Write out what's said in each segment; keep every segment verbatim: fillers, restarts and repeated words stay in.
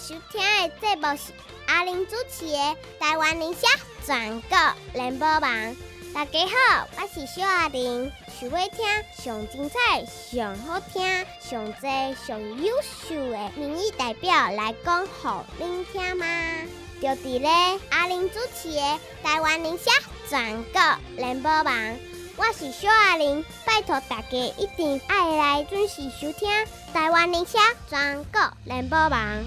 收听的节目是阿玲主持的《台湾人社全国联播网》。大家好，我是小阿玲。想要听上精彩、上好听、上多、上优秀的民意代表来讲，给您听吗？就伫咧阿玲主持的《台湾人社全国联播网》。我是小阿玲，拜托大家一定要来准时收听台湾人社全国联播网。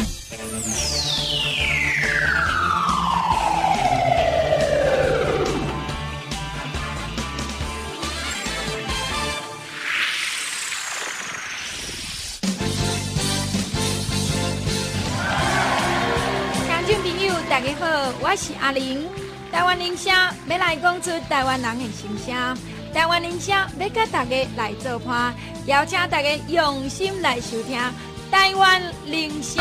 听众朋友，大家好，我是阿玲。台湾人社要来讲出台湾人的心声，台湾人社要甲大家来做伴，邀请大家用心来收听台湾人社。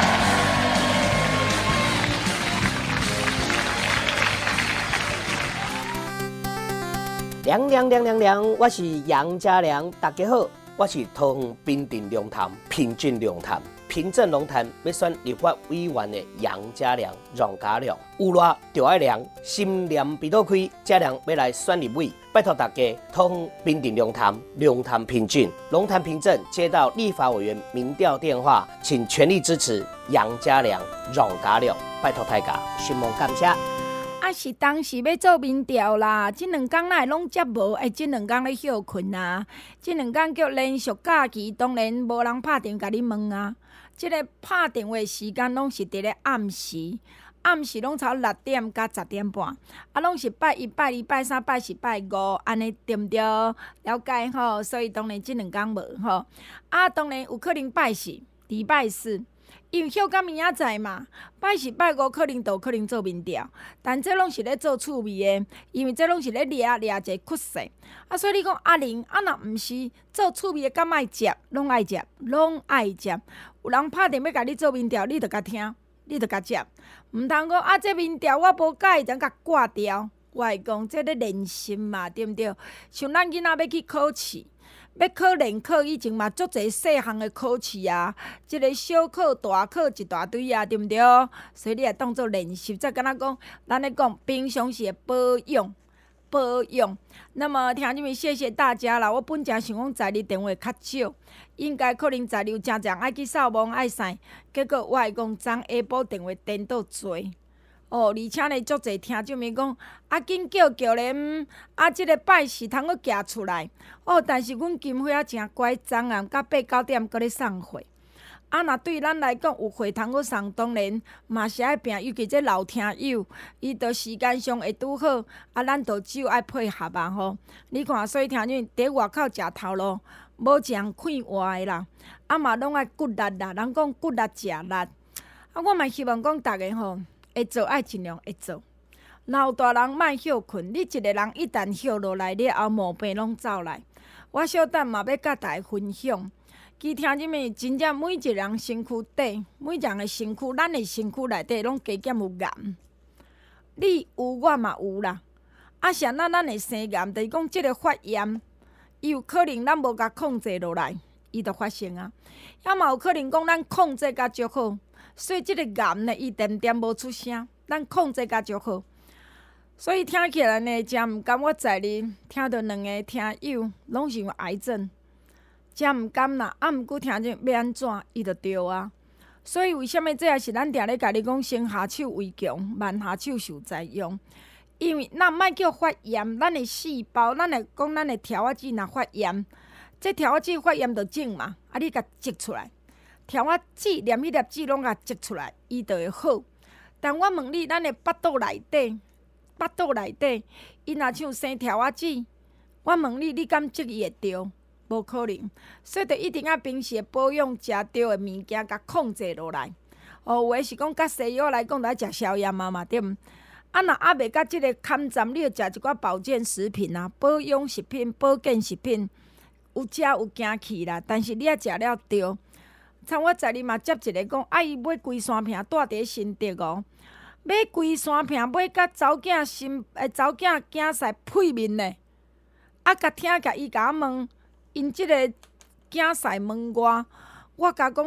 凉凉凉凉凉，我是杨家良，大家好，我是桃园平镇龙潭平镇龙潭。平镇龙潭要选立法委员的杨家良、杨家良，有热就爱凉，心念比倒开，家良要来选立委，拜托大家，桃园平镇龙潭、龙潭平镇、龙潭平镇接到立法委员民调电话，请全力支持杨家良、杨家良，拜托大家，心望感谢。 啊，是当时要做民调啦，这两天哪会拢接无？哎，这两天咧休困啊，这两天叫连续假期，当然无人拍电甲你问啊。这个拍电话时间拢是伫咧暗时，暗时拢超六点到十点半，啊，拢是拜一、拜二、拜三、拜四、拜五，安尼对毋对？了解吼，所以当然这两天无吼。啊，当然有可能拜四、礼拜四。因为休到明仔载嘛，拜四拜五可能都可能做民调，但这拢是咧做趣味的，因为这拢是咧掠掠一个曲线。啊，所以你讲阿玲，啊若毋是做趣味的，敢爱接，拢爱接，拢爱接。有人拍电要甲你做民调，你着甲听，你着甲接，毋通讲啊，这民调我无介意，就甲挂掉。我会讲，这咧练心嘛，对毋对？像咱囡仔要去考试。要考联考以前嘛，足侪细项的考试啊，即、这个小考、大考一大堆啊，对毋对？所以你也当作练习，再敢若讲，咱咧讲平常时的保养、保养。那么听众们，谢谢大家啦！我本正想讲在你电话较少，应该可能在你有常常爱去扫盲爱啥，结果我会讲昨下晡电话颠倒多。哦，而且呢，足侪听众们讲，啊，紧叫叫咧，嗯，啊，即、这个拜四通去寄出来。哦，但是阮金花啊，诚乖，昨暗到八九点搁咧送货。啊，若对咱来讲有货通去送，当然嘛是爱拼，尤其这老听友，伊着时间上会拄好，啊，咱着只有爱配合啊吼。你看，所以听众伫外口食头路，无一项快活的啦，啊嘛拢爱骨力啦，人讲骨力食力。啊，我嘛希望讲逐个吼。会做爱尽量会做，老大人莫休困。你一个人一旦休落来了后，毛病拢走来。我小等嘛要甲大家分享，其听入面真正每一个人身躯底，每一个人的身躯，咱的身躯内底拢加减有癌。你有我嘛有啦。啊，像咱咱的生癌，就是讲即个发炎，伊有可能咱无甲控制落来，伊就发生啊。也嘛有可能讲咱控制甲足好。所以即个癌呢，伊点点无出声，咱控制甲足好。所以听起来呢，真毋甘。我在哩听到两个听友拢是有癌症，真毋甘啦。啊，毋过听着要安怎，伊就对啊。所以为什么这也是咱定咧甲你讲，先下手为强，慢下手受灾殃。因为咱莫叫发炎，咱的细胞，咱来讲咱的条仔子若发炎，这条仔子发炎就种嘛，啊，你甲积出来。条仔籽连迄粒籽拢甲积出来，伊就会好。但我问你，咱的腹肚内底，腹肚内底，伊若像生条仔籽，我问你，你敢积伊会着？无可能。所以，着一定要平时保养，食着的物件，甲控制落来。哦，有诶是讲，甲西药来讲，来食消炎啊嘛，对毋？啊，若还袂甲即个抗战，你着食一寡保健食品啊，保养食品、保健食品，有食有惊气啦。但是你要食了着。像我昨日嘛接一个讲，啊伊买规山瓶带伫新竹哦，买规山瓶买甲查某囝心诶查某囝囝婿屁面呢，啊甲听甲伊甲我问，因即个囝婿问我，我甲讲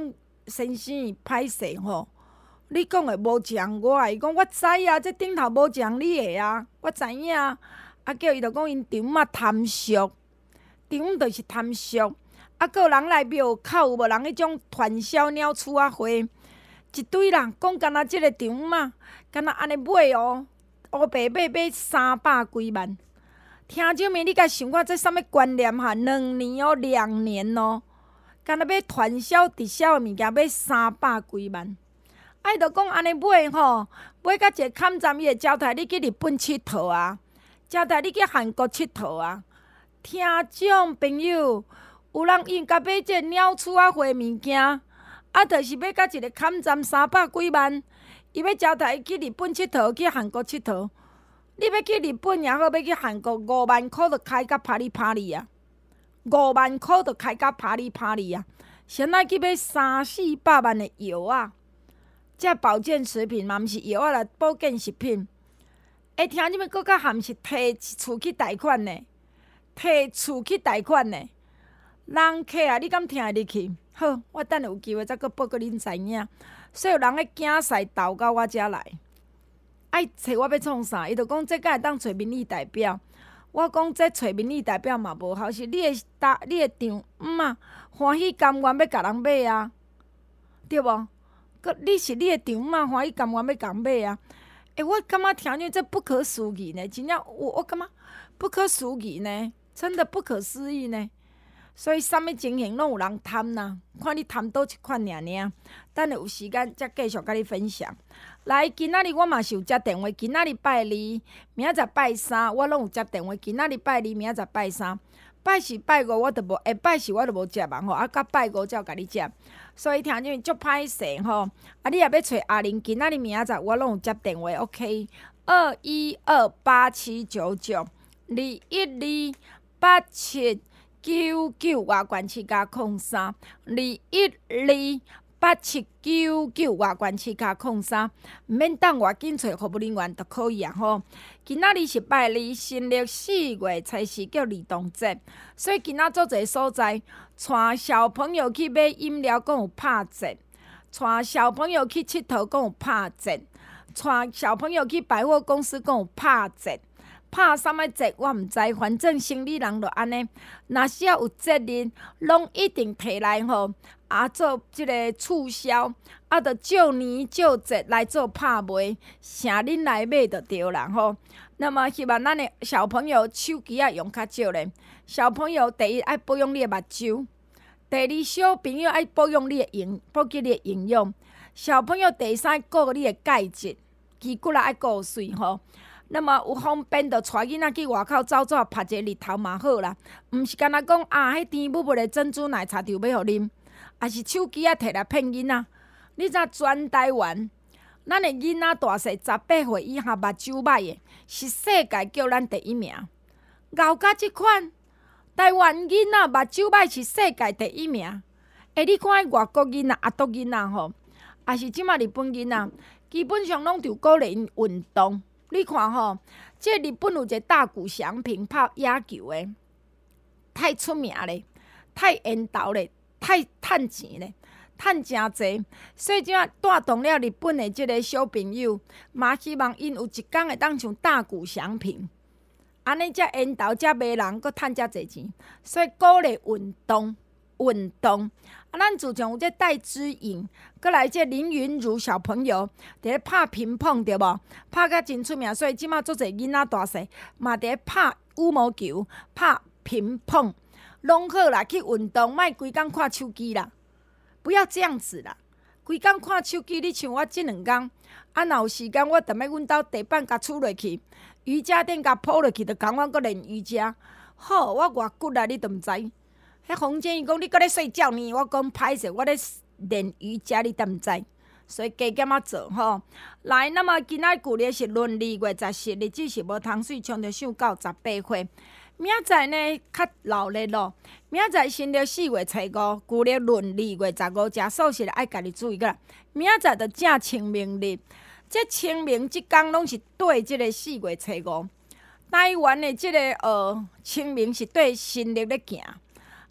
先生歹势吼，你讲的无像我啊，伊讲我知啊，这顶头无像你的啊，我知影。啊，叫伊就讲因丈姆贪俗，丈姆就是贪俗。啊，还有人来庙口有无人迄种传销鸟鼠仔会，一堆人讲干若即个丈姆啊，干若安尼买哦，乌白买买三百几万。听少年，你甲想看这啥物观念哈？两年哦，两年哦，干若要传销直销的物件，买三百几万。啊，伊就讲安尼买吼，买到一个坎站，伊会交代你去日本佚佗啊，交代你去韩国佚佗啊。听众朋友，有人因甲买这鸟鼠仔花物件，啊，就是要到一个坎站三百几万，伊要交代伊去日本佚佗，去韩国佚佗。你要去日本也好，要去韩国，五万箍就开甲啪哩啪哩啊！五万箍就开甲啪哩啪哩啊！先来去买三四百万的药啊！这保健食品嘛，毋是药啊啦，保健食品。会听你们搁较含是摕厝去贷款呢？摕厝去贷款呢？人客啊，你敢听会入去？好，我等下有机会再搁报给恁知影。所有人咧竞赛投到我遮来。爱找我要创啥？伊就讲这敢会当找民意代表。我讲这找民意代表嘛无效，是你的大你的丈姆啊，欢喜甘愿要甲人买啊，对无？佮你是你的丈姆啊，欢喜甘愿要甲人买啊。诶、欸，我感觉听着这不可思议呢，真正我我感觉不可思议呢，真的不可思议呢。所以啥物情形拢有人贪呐，看你贪倒一款尔尔。等下有时间再继续甲你分享。来，今仔日我嘛是有接电话，今仔日拜二，明仔载拜三，我拢有接电话。今仔日拜二，明仔载拜三，拜四拜五我都无，下拜四我都无接嘛吼，啊，到拜五才有甲你接。所以听见足歹势吼，啊，你若要找阿玲，今仔日明仔载我拢有接电话 ，OK， 二一二八七九九，二一二八七。九九外关七加空三，二一二八七九九外关七加空三，毋免等外紧找服务人员就可以啊吼。今仔日是拜二，新历四月才是叫儿童节，所以今仔做一个所在，带小朋友去买饮料，讲有拍折；带小朋友去佚佗，讲有拍折；带小朋友去百货公司，讲有拍折。拍啥物节我毋知，反正生理人就安尼。若是要有节日，拢一定摕来吼，啊做即个促销，啊着照年照节来做拍卖，请恁来买就对啦吼。那么希望咱的小朋友手机啊用较少咧。小朋友第一爱保养你的目睭，第二小朋友爱保养你的营，保持你的营养。小朋友第三顾你的钙质，肌骨力爱顾水吼。那么有方便，就带囡仔去外口走走，晒一个日头嘛好啦。毋是干那讲啊，迄甜母母的珍珠奶茶就要互啉，也是手机啊摕来骗囡仔。你知全台湾，咱的囡仔大细十八岁以下目睭歹的，是世界叫咱第一名。咬甲即款，台湾囡仔目睭歹是世界第一名。诶，你看外国囡仔、亚洲囡仔吼，也是即马日本囡仔，基本上拢着鼓励因运动。你看吼，即日本有一个大谷翔平拍野球的，太出名咧，太缘投咧，太趁钱咧，趁诚济。所以即摆带动了日本的即个小朋友，嘛希望因有一天会当像大谷翔平，安尼才缘投才卖人，阁趁遮济钱。所以鼓励运动，运动。啊，咱自从有这戴资颖，搁来这林云如小朋友，伫咧拍乒乓对无？拍甲真出名，所以即马做者囡仔大细嘛伫咧拍羽毛球、拍乒乓，拢好啦，去运动，莫规工看手机啦，不要这样子啦。规工看手机，你像我即两工，啊，若有时间，我踮咧阮兜地板甲厝落去，瑜伽垫甲铺落去，就讲我搁练瑜伽。好，我偌骨力你都毋知。迄洪建伊讲你搁咧睡觉呢，我讲歹势，我咧练瑜伽，你都毋知，所以加减仔做吼。来，那么今仔旧历是闰二月十四，日子是无汤水，冲着上到十八岁。明仔载呢较热烈咯，明仔载新历四月初五，旧历闰二月十五，食素食爱家己注意个啦。明仔载就正清明日，这清明即天拢是对即个四月初五。台湾的即个呃清明是对新历咧行。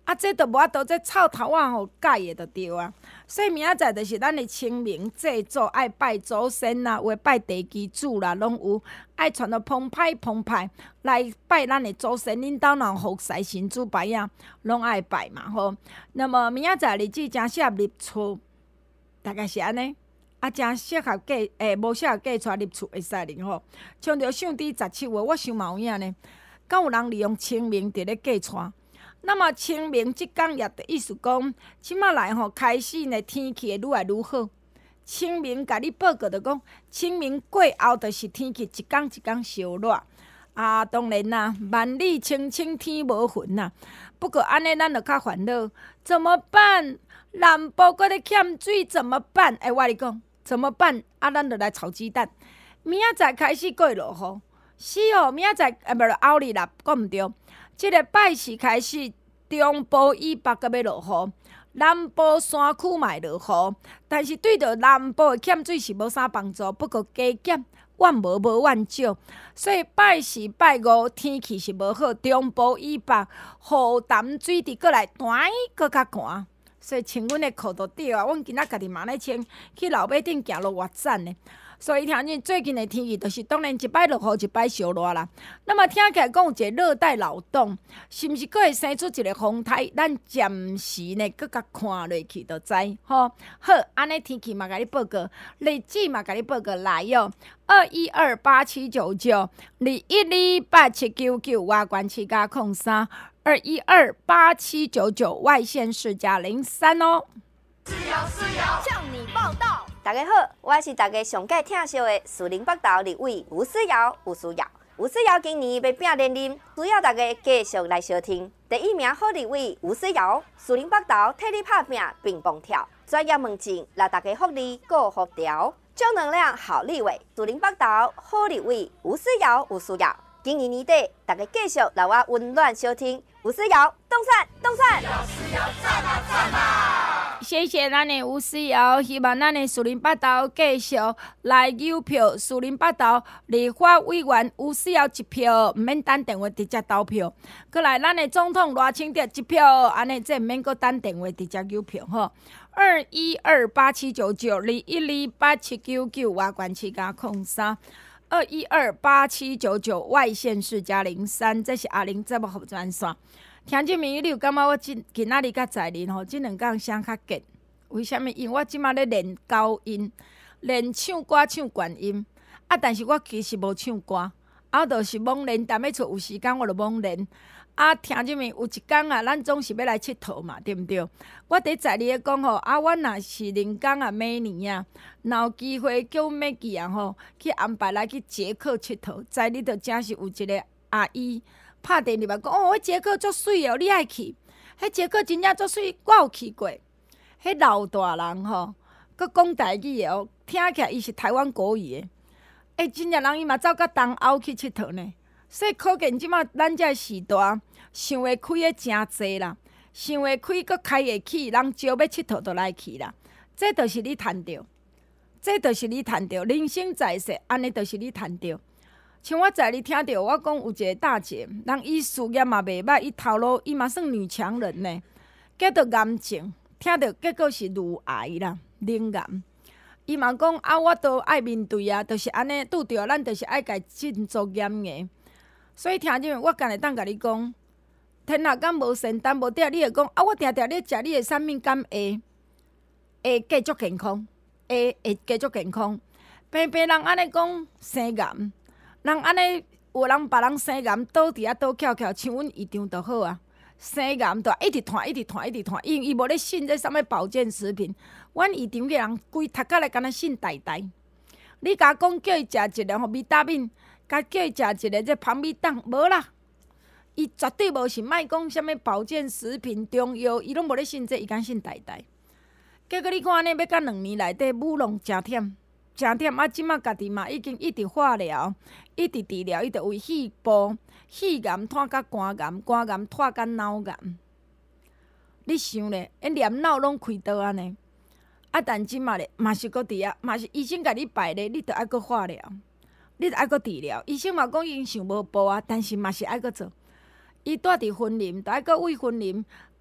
啊，这都无法度，这臭头仔吼解的就对啊。所以明仔载就是咱的清明祭祖，爱拜祖先啦，或拜地基主啦，拢有爱传到澎湃澎湃来拜咱的祖先。恁兜若有福财神主牌啊，拢爱拜嘛吼。那么明仔载日子真适合入厝，大概是安尼。啊，真适合嫁诶，无适合嫁娶入厝会使哩吼。像着上伫十七月，我想嘛有影呢，敢有人利用清明伫咧嫁娶？那么清明即天也的意思讲，即马来吼开始呢，天气会愈来愈好。清明甲你报告着讲，清明过后就是天气一天一天烧热。啊，当然啦，万里青青天无云呐。不过安尼咱就较烦恼，怎么办？南部搁咧欠水怎么办？哎，我跟你讲，怎么办？啊，咱就来炒鸡蛋。明仔载开始过落雨，是哦，明仔载啊，无后日啦，讲毋对。即个拜四开始，中部以北阁要落雨，南部山区嘛会落雨，但是对着南部的欠水是无啥帮助。不过加减怨无无怨少，所以拜四拜五天气是无好，中部以北雨淡水滴过来，弹搁较寒。所以穿阮的裤就对啊，阮今仔家己嘛咧穿，去路尾顶行路偌赞呢。所以听见最近的天气，就是当然一摆落雨，一摆烧热啦。那么听起来讲有一个热带扰动，是毋是佫会生出一个风台？咱暂时呢，佫甲看落去就知吼。好，安尼天气嘛，甲你报告，日子嘛，甲你报告来哟。二一二八七九九，二一二八七九九，外关七加空三，二一二八七九九，外县市加零三哦。 是有是有，向你报道。 大家好，我是大家上届听惜的树林北投立委吴思瑶，吴思瑶。吴思瑶今年要拼连任，需要大家继续来收听。第一名好立委吴思瑶，树林北投替你拍拼并蹦跳，专业问政，让大家福利过福调。正能量好立委，树林北投好立委吴思瑶，吴思瑶。今年年底，大家继续来我温暖收听吴思瑶动散动散。 是要赞啊赞啊！ 谢谢咱的吴思瑶，希望咱的树林北投继续来邮票。树林北投立法委员吴思瑶一票，唔免等电话直接投票。过来，咱的总统赖清德一票，安尼这唔免搁等电话直接邮票吼。二一二八七九九，二一二八七九九，外关七加空三。二一二八七九九，外县市加零三，这是阿玲节目服专线。听这名，你有感觉我今今仔日甲在日吼，这两天声较结？为什么？因为我即马咧练高音，练唱歌唱悬音。啊，但是我其实无唱歌，啊，就是罔练。踮咧厝有时间，我就罔练。啊，听这名有一天啊，咱总是要来佚佗嘛，对毋对？我伫在日咧讲吼，啊，我若是人工啊，每年啊，若有机会叫阮要记啊吼，去安排来去捷克佚佗。在日就真是有一个阿姨拍电入来讲，哦，迄捷克足水哦，你爱去？迄捷克真正足水，我有去过。迄老大人吼，佮讲台语的哦，听起来伊是台湾国语的。诶，真正人伊嘛走到东欧去佚佗呢。所以可见即马咱这时代想会开的真侪啦，想会开佮开会起，人招要佚佗就来去啦。这就是你赚着，这就是你赚着，人生在世，安尼就是你赚着。像我在你听着，我讲有一个大姐，人伊事业嘛袂歹，伊头路伊嘛算女强人呢，叫做癌症，听着结果是乳癌啦，乳癌。伊嘛讲啊，我都爱面对啊，就是安尼拄着，咱就是爱家振作严硬。所以听见我干会当甲你讲，天下敢无仙丹无底，你会讲啊，我定定咧食你的产品，敢会会继续健康，会会继续健康。偏偏人安尼讲生癌，人安尼有人别人生癌倒伫遐倒翘翘，像阮姨丈就好啊。生癌就一直拖，一直拖，一直拖，因伊无咧信这啥物保健食品。阮姨丈个人规头壳来敢若信呆呆。你甲讲叫伊食一个吼维他命。甲叫伊食一个这旁米档，无啦，伊绝对无是莫讲啥物保健食品、中药，伊拢无咧信这，伊敢信呆呆。结果你看安尼，要到两年内底，舞拢诚忝，诚忝。啊，即马家己嘛已经一直化疗，一直治疗，伊就为肺部、肺癌拖到肝癌，肝癌拖到脑癌。你想咧，因连脑拢开刀安尼，啊，但即马咧嘛是搁伫遐，嘛是医生甲你排咧，你着爱搁化疗。你着爱搁治疗，医生嘛讲因想无报啊，但是嘛是爱搁做。伊住伫婚林，着爱搁为婚林啊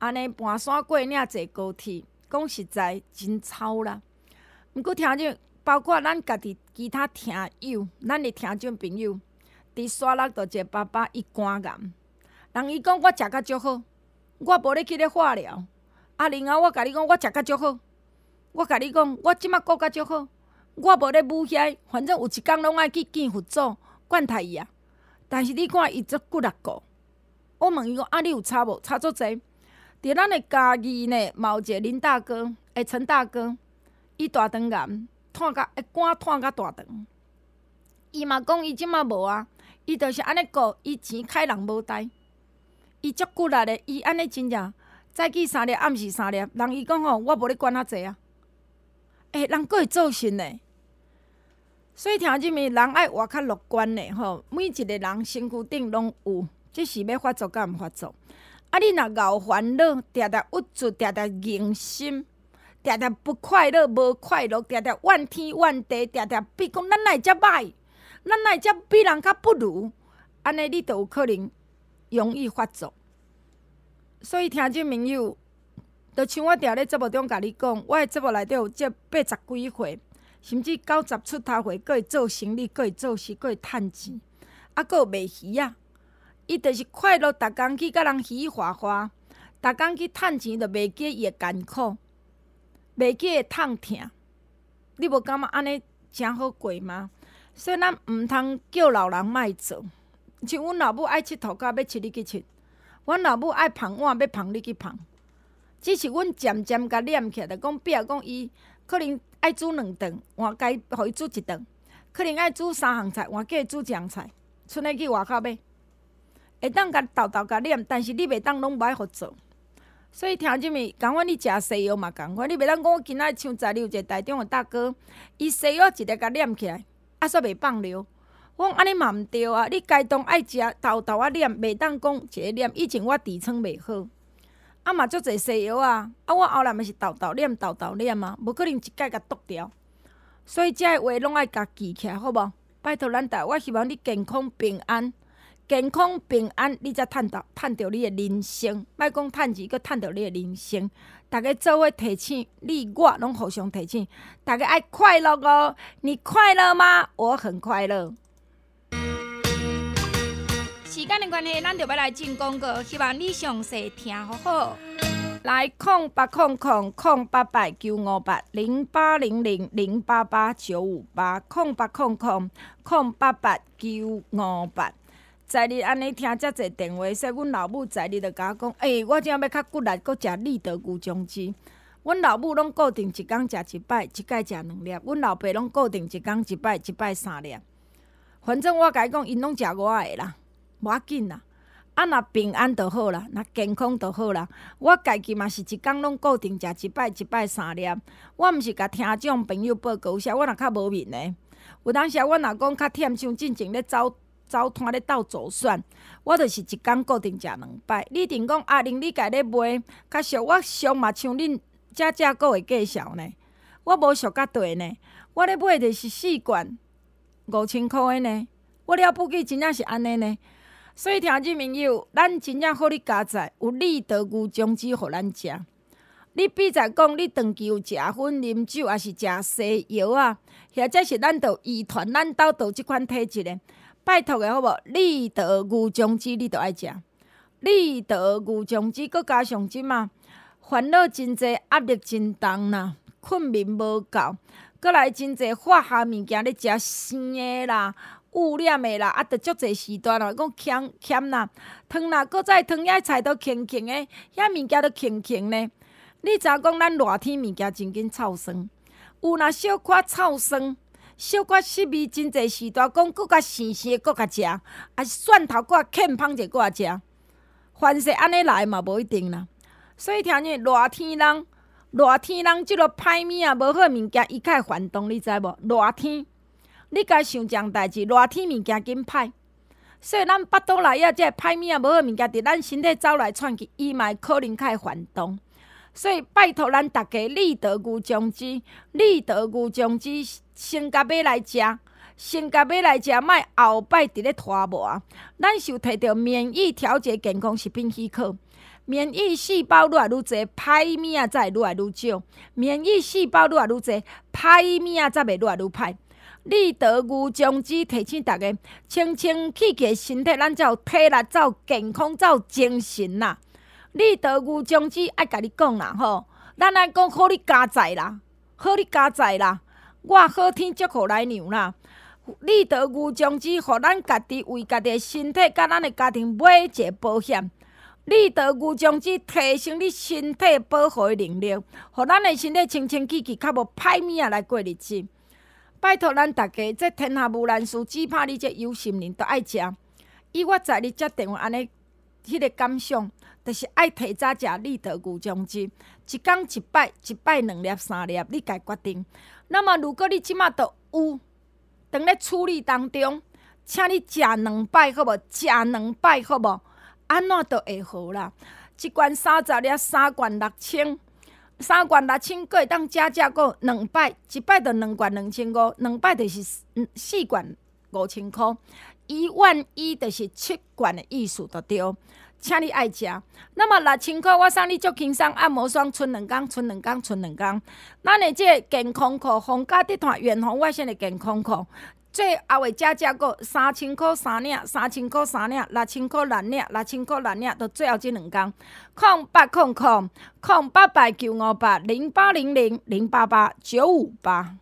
安尼盘山过岭坐高铁，讲实在真操啦。毋过听众，包括咱家己其他听友，咱的听众朋友，伫沙鹿就一个爸爸伊肝癌，人伊讲我食甲足好，我无咧去咧化疗。啊，然后我甲你讲，我食甲足好，我甲你讲，我即马顾甲足好，我无咧武遐，反正有一工拢爱去见佛祖，管他伊啊。但是你看伊足骨力顾，我问伊讲，啊，你有差无？差足济。伫咱的家己呢，嘛有一个林大哥，诶，陈大哥，伊大肠癌，炭甲诶肝炭甲大肠。伊嘛讲伊即马无啊，伊就是安尼顾，伊钱开人无代。伊足骨力的，伊安尼真正早起三粒，暗时三粒。人伊讲吼，我无咧管遐济啊。诶，人佫会做神呢。所以听即面人爱活较乐观的吼，每一个人身躯顶拢有，即是要发作甲毋发作。啊，你若熬烦恼，常常郁卒，常常凝心，常常不快乐，无快乐，常常怨天怨地，常常比讲咱哪会遮歹，咱哪会遮比人较不如，安尼你就有可能容易发作。所以听众朋友，就像我定咧节目中甲你讲，我的节目内底有这八十几岁，甚至九十出头岁，佫会做生意，佫会做事，佫会趁钱，啊，佫有卖鱼啊。伊就是快乐，逐工去甲人喜喜花花，逐工去趁钱，就袂记伊的艰苦，袂记伊痛疼。你无感觉安尼真好过吗？所以咱毋通叫老人莫做。像阮老母爱佚佗甲要佚你去佚，阮老母爱捧碗要捧你去捧。只是阮渐渐甲念起来，就讲比如讲伊可能爱煮两顿，换该互伊煮一顿；可能爱煮三项菜，换叫伊煮一项菜。剩下去外口买。会当甲豆豆甲念，但是你袂当拢无爱互做。所以听即物，共阮你食西药嘛共款，你袂当讲我今仔日像在你有一个台中的大哥，伊西药一直甲念起来，啊煞袂放疗。我讲安尼嘛毋对啊！你该当爱食豆豆啊念，袂当讲一个念。以前我痔疮袂好，啊嘛足侪西药啊，啊我后来嘛是豆豆念豆豆念啊，无可能一概甲剁掉。所以这话拢爱家记起来，好无？拜托咱大，我希望你健康平安。健康平安，你才趁到趁到你的人生。莫讲趁钱，佮趁到你的人生。大家做伙提醒，你我拢互相提醒。大家爱快乐哦！你快乐吗？我很快乐。时间的关系，咱就要来进广告，希望你详细听好好。来，空八空空空八八九五八零八零零零八八九五八空八空空空八八九五八。在日安尼听遮济电话，说阮老母在日就甲我讲，诶、欸，我正要较骨力，搁食利德牛浆汁。阮老母拢固定一工食一摆，一摆食两粒。阮老爸拢固定一工一摆，一摆三粒。反正我甲伊讲，因拢食我的啦，无要紧啦。啊，若平安就好啦，若健康就好啦。我家己嘛是一工拢固定食一摆，一摆三粒。我毋是甲听众朋友报告，有时我若较无面的，有当时我若讲较忝，像进前咧走。走摊咧斗走算，我就是一工固定食两摆。你定讲阿玲，你家咧卖较俗，我俗嘛像恁遮价购的计绍呢。我无俗甲对呢，我咧买就是四罐五千块的呢。我了不起真正是安尼呢。所以听众朋友，咱真正好哩加载有利德牛浆汁互咱食。你比在讲你长期有食薰、啉酒，还是食西药啊？或者是咱着遗传咱兜倒即款体质的。拜托的好无？利德牛浆汁你着爱食，利德牛浆汁，佮加上即嘛烦恼真济，压力真重啦，困眠无够，佮来真济化学物件咧食生的啦、污染的啦，啊，着足济时段啦，讲欠欠啦，汤啦，佮再汤遐菜都轻轻的，遐物件都轻轻的。你知影讲咱热天物件真紧臭酸，有若小可臭酸。小可失味真济时段，讲搁较鲜鲜搁较食，啊蒜头搁较欠芳者搁较食，凡是安尼来嘛无一定啦。所以听见热天人，热天人即落歹物啊，无好物件伊较会反动，你知无？热天，你家想一样代志，热天物件紧歹，所以咱腹肚内啊，即个歹物啊，无好物件伫咱身体走来窜去，伊嘛可能较会反动。所以拜托咱大家，利德牛浆汁，利德牛浆汁。先甲买来食，先甲买来食，莫后摆伫咧拖磨。咱是有摕到免疫调节健康食品许可， 免疫细胞愈来愈侪，歹物仔才会愈来愈少；免疫细胞愈来愈侪，歹物仔才袂愈来愈歹。立德牛种子提醒大家，清清气气的身体，咱才有体力，才有健康，才有精神啦。立德牛种子爱甲你讲啦吼，咱爱讲好你加载啦，好你加载啦，我好天祝福来娘啦。立德牛种子，互咱家己为家己的身体，甲咱的家庭买一个保险。立德牛种子提升你身体保护的能力，互咱的身体清清气气，较无歹物仔来过日子。拜托咱大家，这天下无难事，只怕你这有心人都爱食。以我在你接电话安尼，迄个感想，就是爱提早食立德牛种子，一天一摆，一摆两粒、三粒，你家决定。那么，如果你即马都有，当咧处理当中，请你食两摆好无？食两摆好无？安怎都会好啦。一罐三十粒，三罐六千。三罐六千，佫会当加价个两摆，一摆就两罐两千五，两摆就是四罐五千箍，一万一就是七罐的意思就对。请你爱食。那么六千块，我送你足轻松按摩霜，剩两工，剩两工，剩两工。咱的这个健康裤，皇家集团远红外线的健康裤。最后会加价个三千块三领，三千块三领，六千块六领，六千块六领，到最后这两工。空八空空空八八九五八零八零零零八八九五八。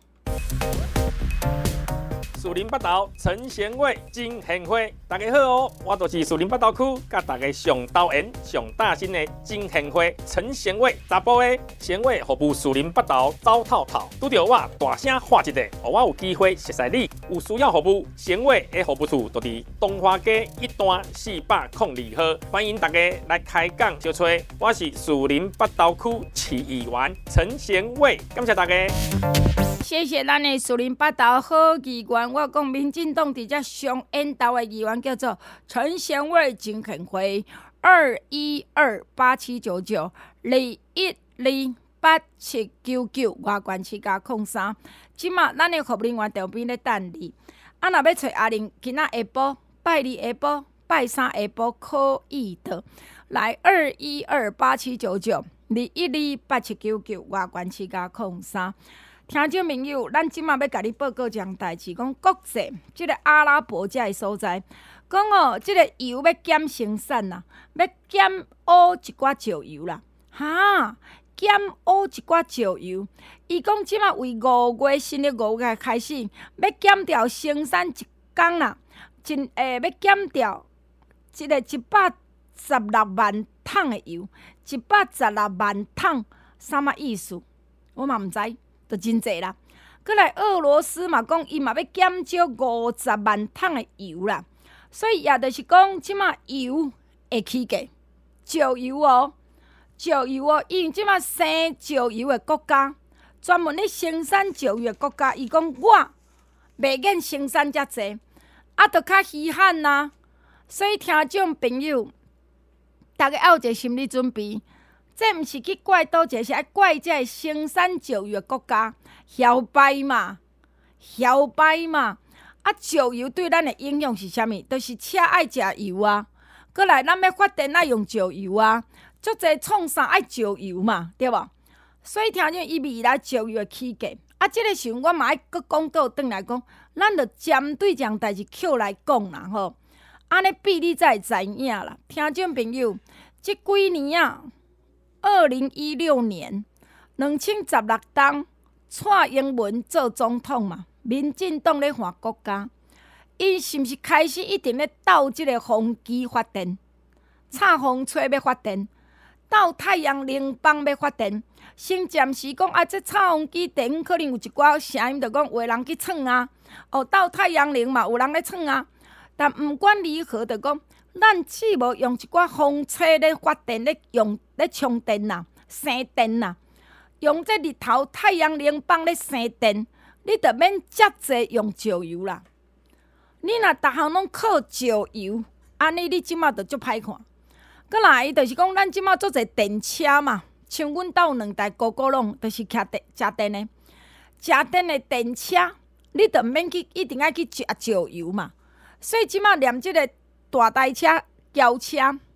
树林北投陈贤伟金贤辉，大家好哦，我就是树林北投区，甲大家上投缘、上大心的金贤辉陈贤伟，查甫的贤伟服务树林北投走透透，拄着我大声喊一个，互我有机会熟悉你。有需要服务，贤伟的服务处就伫东华街一段四百零二号，欢迎大家来开讲小吹。我是树林北投区市议员陈贤伟，感谢大家。 谢谢咱的树林北投好议员，我讲民进党伫遮上演投的议员叫做陈贤伟、金肯辉，二一二八七九九二一二八七九九外关七加空三。即马咱的服务人员在边咧等你。啊，若要找阿玲，今仔下晡、拜二下晡、拜三下晡可以的，来二一二八七九九二一二八七九九外关七加空三。听众朋友，咱即马要甲你报告一件代志，讲国际即个阿拉伯遮个所在，讲哦，即个油要减生产啦，要减乌一寡石油啦，哈，减乌一寡石油。伊讲即马为五月新的五月开始，要减掉生产一工啦，真诶、欸、要减掉即个一百十六万桶的油，一百十六万桶，啥物意思？我嘛毋知。就真济啦，过来俄罗斯嘛讲，伊嘛要减少五十万桶的油啦，所以也就是讲，即马油会起价，石油哦，石油哦，因为即马生石油的国家，专门咧生产石油的国家，伊讲我袂瘾生产遮济，啊，着较稀罕呐，所以听众朋友，大家要有一个心理准备。这毋是去怪倒一个，是爱怪这个生产石油的国家摇摆嘛，摇摆嘛。啊，石油对咱的影响是啥物？就是车爱食油啊，过来咱要发电爱用石油啊，足侪创啥爱石油嘛，对无？所以听众伊未来石油的起价，啊，即、这个时候我嘛爱搁讲倒转来讲，咱着针对这样代志捡来讲啦吼。安尼比你才会知影啦，听众朋友，即几年啊。二零一六年，两千十六冬，蔡英文做总统嘛，民进党咧换国家，伊是毋是开始一定咧斗即个风机发电，插风吹要发电，斗太阳能板要发电，先暂时讲啊，这插风机电可能有一寡声音，就讲有人去创啊，哦，斗太阳能嘛有人咧创啊，但毋管如何，就讲。咱只无用一寡风车咧发电咧用咧充电啦、生电啦，用这日头太阳能板咧生电，你着免遮济用石油啦。你若逐项拢靠石油，安尼你即马着足歹看。搁来，伊就是讲咱即马做者电车嘛，像阮兜两台高高拢，就是徛电食电的，食电的电车，你着免去一定爱去食石油嘛。所以即马连即个。大台车、轿车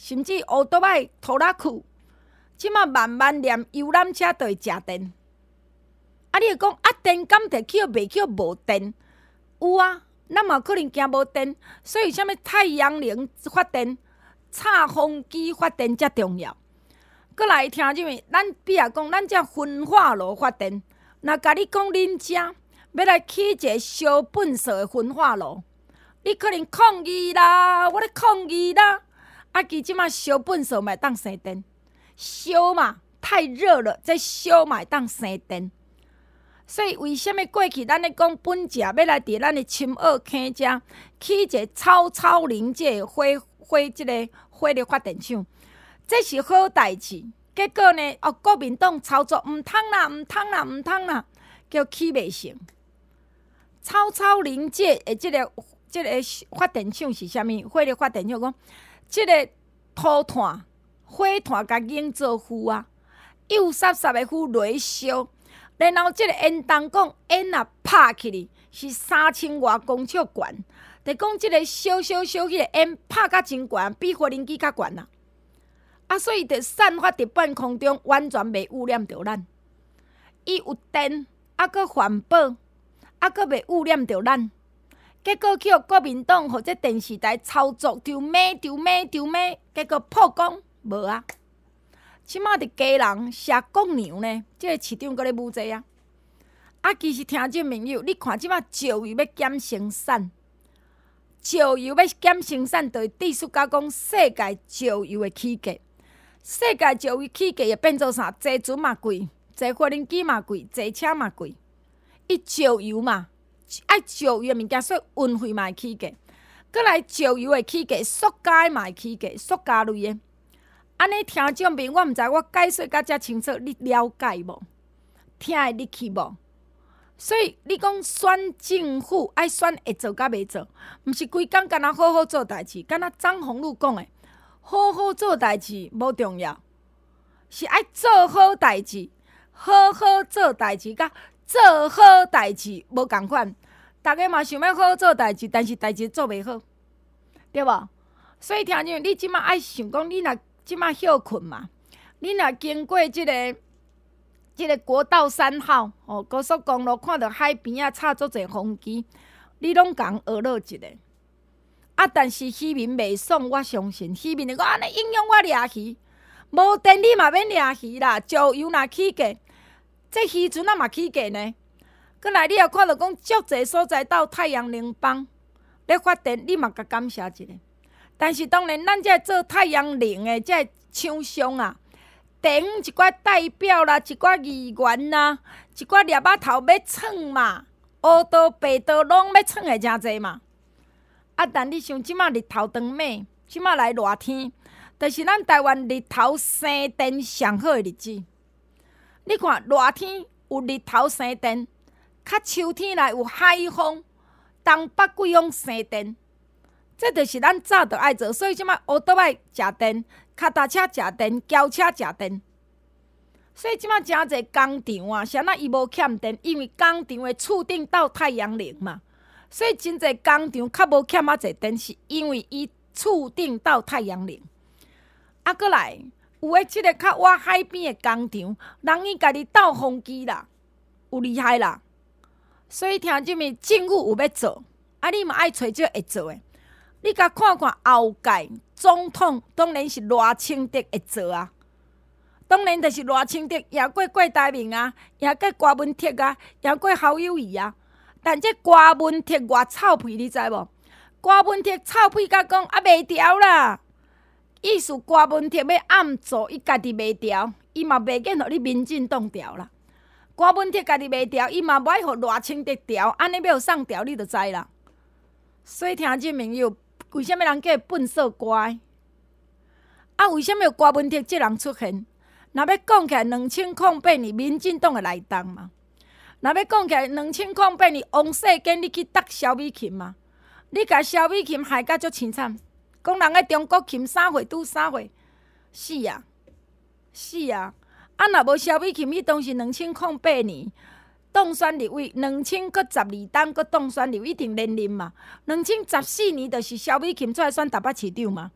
甚至乌托摆、拖拉库，即马慢慢连游览车都会食电。啊，你会讲啊，电敢摕去袂去无电？有啊，咱嘛可能惊无电，所以啥物太阳能发电、插风机发电遮重要。过来听入面，咱比如讲，咱遮焚化炉发电，若甲你讲恁遮要来起一个烧粪扫的焚化炉，你可能抗议啦，我咧抗议啦。啊，其即马烧粪扫嘛当生电，烧嘛太热了，再烧嘛当生电。所以为什么过去咱咧讲本社要来伫咱的深澳坑遮起一个超超临界火火即个火力发电厂？这是好代志。结果呢，哦，国民党操作毋通啦，毋通啦，毋通啦，叫起袂成。超超临界的即、这个即、这个发电厂是啥物？火力发电厂讲，即、这个土炭、火炭甲凝做灰啊，幼湿湿的灰落去烧。然后即个烟筒讲烟啊拍起哩是三千外公尺悬，就讲即个烧烧烧迄个烟拍甲真悬，比无人机较悬啊！啊，所以就散发伫半空中，完全袂污染着咱。伊有电，啊，搁环保，啊，搁袂污染着咱。结果去互国民党或者电视台操作，就骂就骂就骂，结果曝光无啊！即马伫家人写公牛呢，即、这个市场搁咧舞济啊！啊，其实听众朋友，你看即马石油要减生产，石油要减生产，就意思甲讲世界石油的起价，世界石油起价会变做啥？坐船嘛贵，坐无人机嘛贵，坐车嘛贵。伊石油嘛，爱石油的物件，所以运费嘛会起价。过来石油会起价，塑胶嘛会起价，塑胶类的。安尼听众朋友，我毋知我解说甲遮清楚，你了解无？听会入去无？所以你讲选政府爱选会做甲袂做，毋是规工干那好好做代志，敢若张宏禄讲的，好好做代志无重要，是爱做好代志，好好做代志甲做好代志无共款。逐个嘛想要好好做代志，但是代志做袂好，对无？所以听众，你即马爱想讲，你若即马休困嘛？你若经过即、这个、即、这个国道三号哦，高速公路看到海边啊，插足侪风机，你拢共学乐一个。啊，但是渔民袂爽，我相信渔民会讲安尼影响我掠鱼，无电你嘛免掠鱼啦。石油若起价，这渔船啊嘛起价呢。过来你也看到讲，足侪所在到太阳能板咧发电，你嘛甲感谢一下。但是当然，咱这做太阳能的这厂商啊，地方一寡代表啦，一寡议员啦，一寡猎仔头要创嘛，乌道白道拢要创的诚济嘛。啊，但你想，即马日头长美，即马来热天，就是咱台湾日头生电上好的日子。你看热天有日头生电，较秋天来有海风、东北季风生电。这就是咱早就爱做，所以即摆乌倒摆食电，脚踏车食电，轿车食电。所以即摆诚侪工厂啊，啥那伊无欠电，因为工厂的厝顶到太阳能嘛，所以真侪工厂较无欠啊侪电，是因为伊厝顶到太阳能。啊，过来有诶，即个较倚海边的工厂，人伊家己斗风机啦，有厉害啦。所以听即物政府有要做，啊，你嘛爱找这会做诶。你甲看看后届总统，当然是赖清德会做啊。当然就是赖清德赢过郭台铭啊，赢过郭文哲啊，赢过侯友宜啊。但这郭文哲偌臭屁，你知无？郭文哲臭屁甲讲啊袂调啦，意思郭文哲要暗做，伊家己袂调，伊嘛袂瘾互你民进党调啦。郭文哲家己袂调，伊嘛无爱互赖清德调，安尼要送调，你就知啦。所以听众朋友。为什么人叫笨色乖？啊，为什么有郭文哲这人出现？若要讲起来，两千零八年民进党的内党嘛。若要讲起来，两千零八年王世坚你去搭萧美琴嘛？你甲萧美琴害甲足凄惨，讲人喺中国琴三岁拄三岁，死啊死啊！啊，若无萧美琴，迄当时两千零八年。当选立委，两千搁十二党搁当选立委，一定连任嘛。两千十四年就是萧美琴出来选台北市长嘛。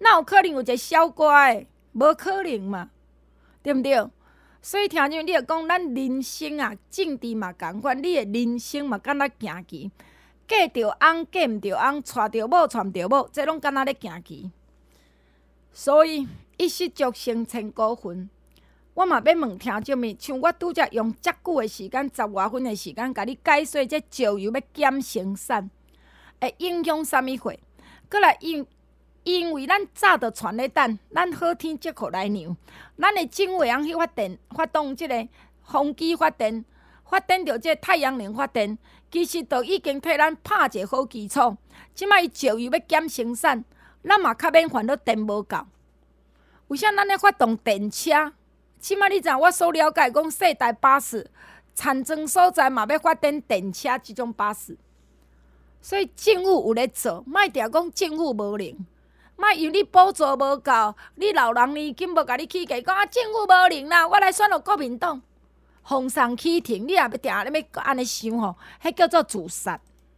哪有可能有一个小乖的？无可能嘛，对毋对？所以听众，你着讲咱人生啊，政治嘛共款，你的人生嘛敢若行棋，嫁着翁，嫁毋着翁，娶着某，娶毋着某，这拢敢若咧行棋。所以一失足成千古恨。我嘛要问听众们，像我拄则用遮久的时间，十外分的时间，甲你解说这石油要减生产，会影响啥物货？过来因因为咱早着传咧等，咱好天接互来娘，咱的政府通去发电，发动即个风机发电，发电着这太阳能发电，其实就已经替咱拍一个好基础。即摆伊石油要减生产，咱嘛较免烦恼电无够。为啥咱咧发动电车？即摆你知影我所了解，讲世代巴士产庄所在嘛要发展电车即种巴士，所以政府有咧做，莫定讲政府无能，莫因为你补助无够，你老人年金无甲你起价，讲啊政府无能啦，我来选落国民党，风扇起停，你也要定咧要安尼想吼，迄叫做自杀。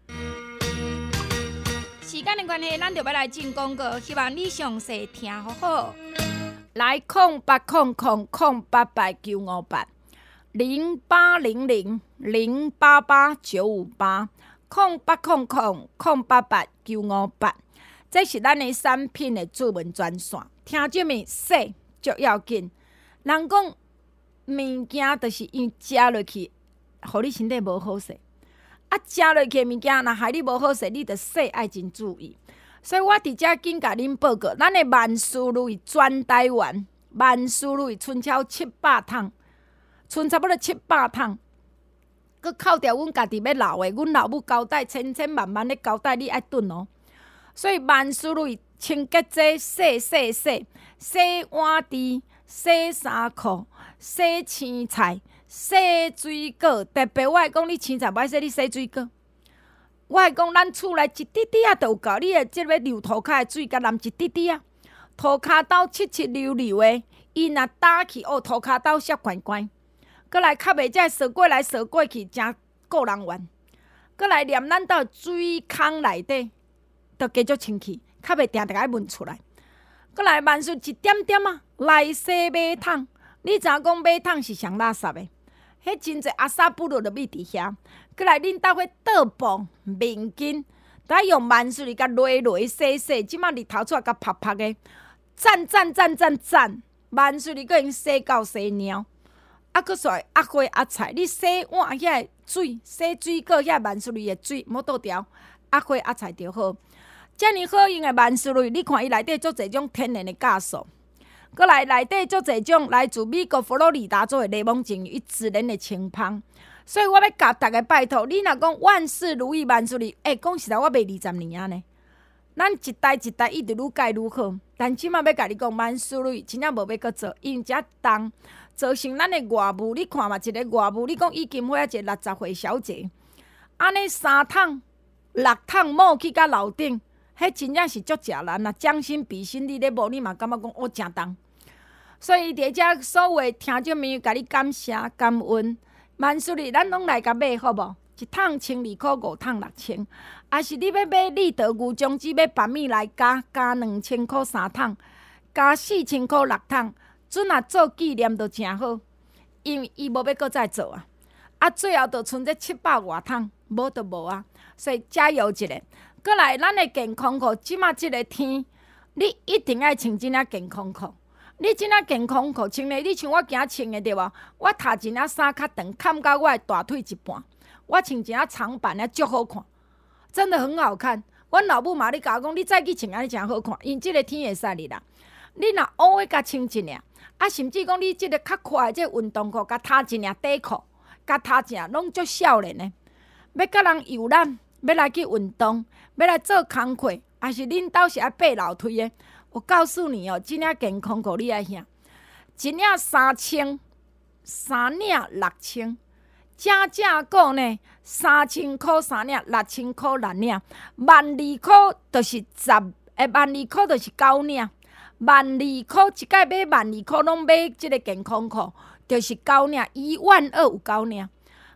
时间的关系，咱就要来进广告，希望你详细听好好。来空八空空空八八九五八零八零零零八八九五八空八空空空八八九五八，这是咱的产品的主文专线。听众们，洗足要紧。人讲物件就是因食落去，互你身体无好势。啊，食落去的物件，若害你无好势，你着洗爱真注意。所以我伫遮紧甲恁报告，咱的万事如意全台湾，万事如意剩超七百桶，剩差不多七百桶。佮扣掉阮家己要留的，阮老母交代千千万万咧交代你爱顿哦。所以万事如意清洁剂洗洗洗，洗碗箸、洗衫裤、洗青菜、洗水果。特别我会讲，你青菜歹洗，你洗水果。我会讲，咱厝内一滴滴啊，就有够。你的即个流涂骹的水，甲淋一滴滴啊，涂骹斗七七溜溜的，伊若打去，哦，涂骹斗湿怪怪。过来较袂才扫过来扫过去，真个人怨。过来念咱到水坑内底，就继续清气，较袂定定爱闻出来。过来万事一点点啊，来洗马桶。你知影讲马桶是上垃圾的？迄真侪阿萨布鲁就秘伫遐。过来恁兜迄桌布、面巾，都用万事如甲落落洗洗，即马日头出来甲拍拍的，赞赞赞赞赞！万事如佫用洗到洗猫，啊，佫煞压花压菜。你洗碗遐水、洗水果遐万事如的水，莫倒调，压花压菜就好。遮尔好用的万事如，你看伊内底足侪种天然的酵素。过来内底足侪种来自美国佛罗里达州的柠檬精油，伊自然的清芳。所以我要甲大家拜托，你若讲万事如意，万事如意，欸，讲实在，我卖二十年啊呢。咱一代一代一直愈改愈好，但即马要甲你讲万事如意，真正无要搁做，因为遮重造成咱的外务。你看嘛，一个外务，你讲伊金花一个六十岁小姐，安尼三桶六桶摸去甲楼顶，迄真正是足食难啊！将心比心，你咧无，你嘛感觉讲我真重。所以伫遮所有的听众朋友，甲你感谢感恩，万事如意，咱拢来甲买好无？一桶千二箍，五桶六千。啊是你要买立德牛姜子，要白米来加，加两千箍三桶，加四千箍六桶，准啊做纪念都诚好，因为伊无要搁再做啊。啊，最后就剩这七百外桶，无就无啊。所以加油一下。过来，咱的健康裤，即马即个天，你一定爱穿真正健康裤。你真正健康裤穿咧，你像我今穿的对无？我踏一领衫较长，砍到我的大腿一半。我穿一领长版的，足好看，真的很好看。阮老母嘛咧甲我讲，你再去穿安尼真好看，因即个天会使你啦。你若乌的甲穿一领，啊，甚至讲你即个较快的即个运动裤，甲踏一领底裤，甲踏一领拢足少年的。要甲人游览，要来去运动，要来做工课，还是恁兜是爱爬楼梯的？我告诉你哦，即领健康裤你爱遐，一领三千，三领六千，正正个呢，三千箍三领，六千箍六领，万二箍就是十，诶，万二箍就是九领，万二箍一届买万二箍拢买即个健康裤，就是九领，一万二有九领。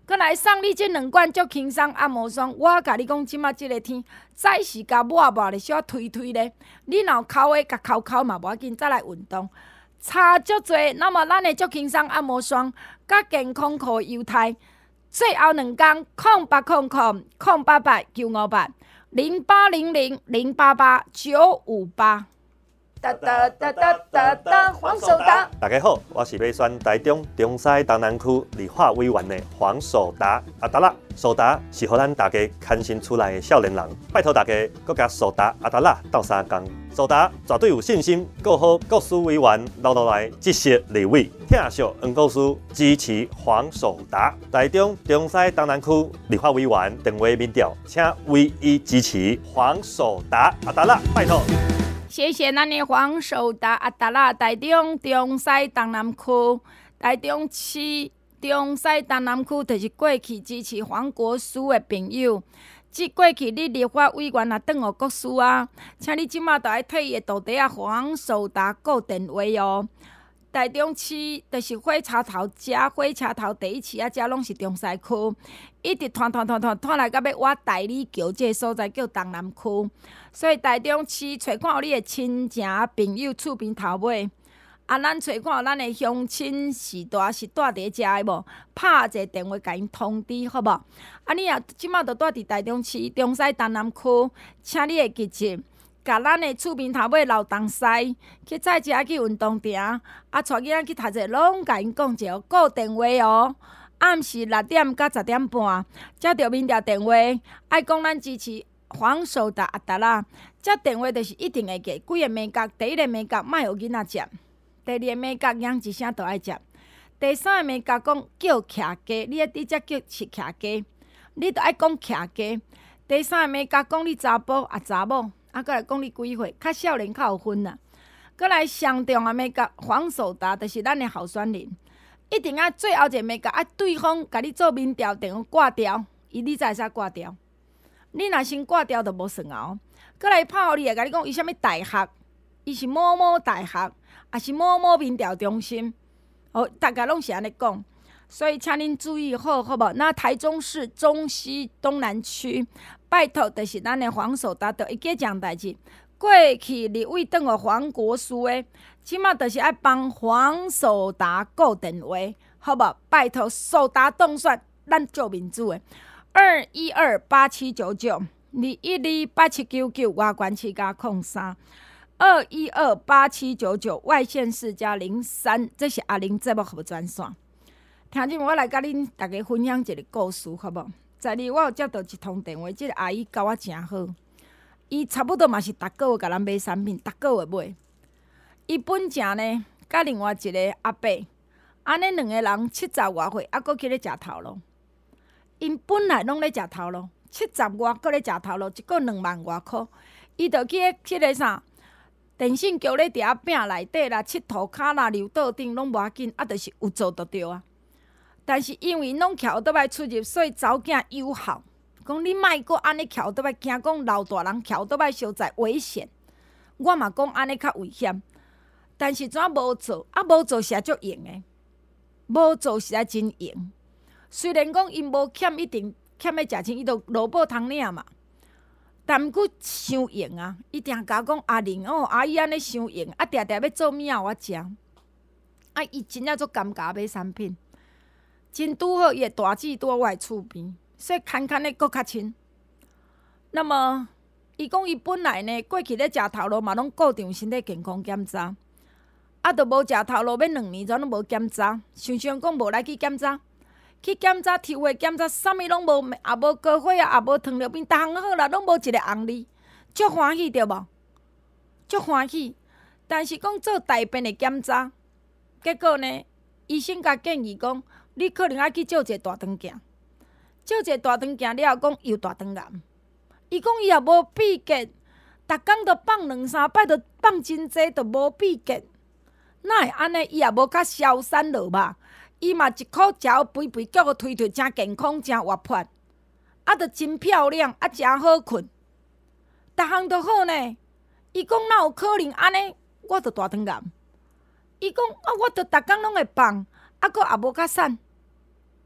搁来送你即两罐足轻松按摩霜。我甲你讲，即马即个天，早时甲抹抹咧，小推推咧。你若有口的，甲口口嘛无要紧，再来运动。差足侪，那么咱的足轻松按摩霜，甲健康可优待。最后两工，空八空空空八八九五八零八零零零八八九五八。 哒哒哒哒哒哒，黄守达。 大家好，我是要选台中中西东南区立法委员的黄守达阿达拉。守达是互咱大家牵新出来的少年人，拜托大家搁甲守达阿达拉斗相共。守达绝对有信心，过好国司委员留落来这些立委，听小黄国司支持黄守达。台中中西东南区立法委员电话民调，请唯一支持黄守达阿达拉，拜托。 谢谢咱的黄守达阿达拉，台中中西东南区、台中市中西东南区，就是过去支持黄国书的朋友。即过去你立法委员也转互国书啊，请你即马就爱替伊的徒弟啊黄守达顾电话哦。台中市就是火车头遮，火车头第一市啊，遮拢是中西区，一直拖拖拖拖拖来到要挖大理桥这个所在叫东南区，所以台中市找看有你的亲情朋友厝边头尾，啊，咱找看有咱的乡亲时代是住伫遮的无？拍一个电话甲因通知好无？啊，你若即马就住伫台中市中西东南区，请你会记住。甲咱的厝边头尾流东西，去载遮去运动场，啊，带囡仔去读册，拢甲因讲者，顾电话哦。暗时六点到十点半，接到民调电话，爱讲咱支持黄守达阿达啦。这电话就是一定会记，几个美角，第一个美角莫互囡仔食，第二个美角养一声都爱食，第三个美角讲叫徛鸡，你迄伫遮叫是徛鸡，你着爱讲徛鸡。第三个美角讲你查甫啊查某。啊，搁来讲你几岁？较少年较有分啦。搁来上重啊，要甲黄守达，就是咱的候选人，一定啊最后一个要甲啊对方甲你做民调电话挂掉，伊你才会使挂掉。你若先挂掉，就无算哦。搁来拍互你，会甲你讲伊啥物大学，伊是某某大学，也是某某民调中心，哦，大家拢是安尼讲。所以请恁注意好，好无？那台中市中西东南区，拜托，就是咱的黄守达，着会记讲代志。过去立委当个黄国书的，即马就是爱帮黄守达顾电话，好无？拜托，守达当选，咱做民主的。二一二八七九九，二一二八七九九，外关七加空三。二一二八七九九，外县市加零三，这是阿玲节目服务专线。听众，我来甲恁大家分享一个故事，好无？昨日我有接到一通电话，即、這個阿姨教我真好。伊差不多嘛是逐个月甲咱买产品，逐个月买。伊本正呢，甲另外一个阿伯，安尼两个人七十外岁，还佫去咧食头路。因本来拢咧食头路，七十外佫咧食头路，一个两万外箍。伊就去迄个啥电信局咧伫遐饼内底啦，佚佗骹啦，溜倒顶拢无要紧，啊，就是有做就对啊。但是因为拢徛倒摆出入，所以查某囝友好，讲你莫阁安尼徛倒摆，惊讲老大人徛倒摆伤在危险。我嘛讲安尼较危险，但是怎无做？啊，无做是足用的，无做是真用。虽然讲因无欠，一定欠要食钱，伊就萝卜通领嘛。但毋过伤用啊！伊定甲我讲阿玲哦，阿姨安尼伤用，啊，定定要做物啊，我食。啊，伊真正足感觉买产品。真拄好，伊的大姊拄我的厝边，所以牵牵的搁较亲。那么，伊讲伊本来呢，过去咧食头路嘛，拢固定身体健康检查，啊，都无食头路，要两年全拢无检查，想想讲无来去检查，去检查抽血检查，啥物拢无，也无高血压，也无糖尿病，逐项好啦，拢无一个红字，足欢喜对无？足欢喜。但是讲做大便的检查，结果呢，医生甲建议讲。你可能爱去照一个大肠镜，照一个大肠镜了后，讲有大肠癌。伊讲伊也无闭结，逐工都放两三摆，都放真济，都无闭结。哪会安尼？伊也无较消散落吧？伊嘛一口食肥肥，叫个推推，真健康，真活泼，啊，都真漂亮，啊，真好困，逐项都好呢。伊讲哪有可能安尼？我着大肠癌。伊讲啊，我着逐工拢会放，啊，佫也无较瘦。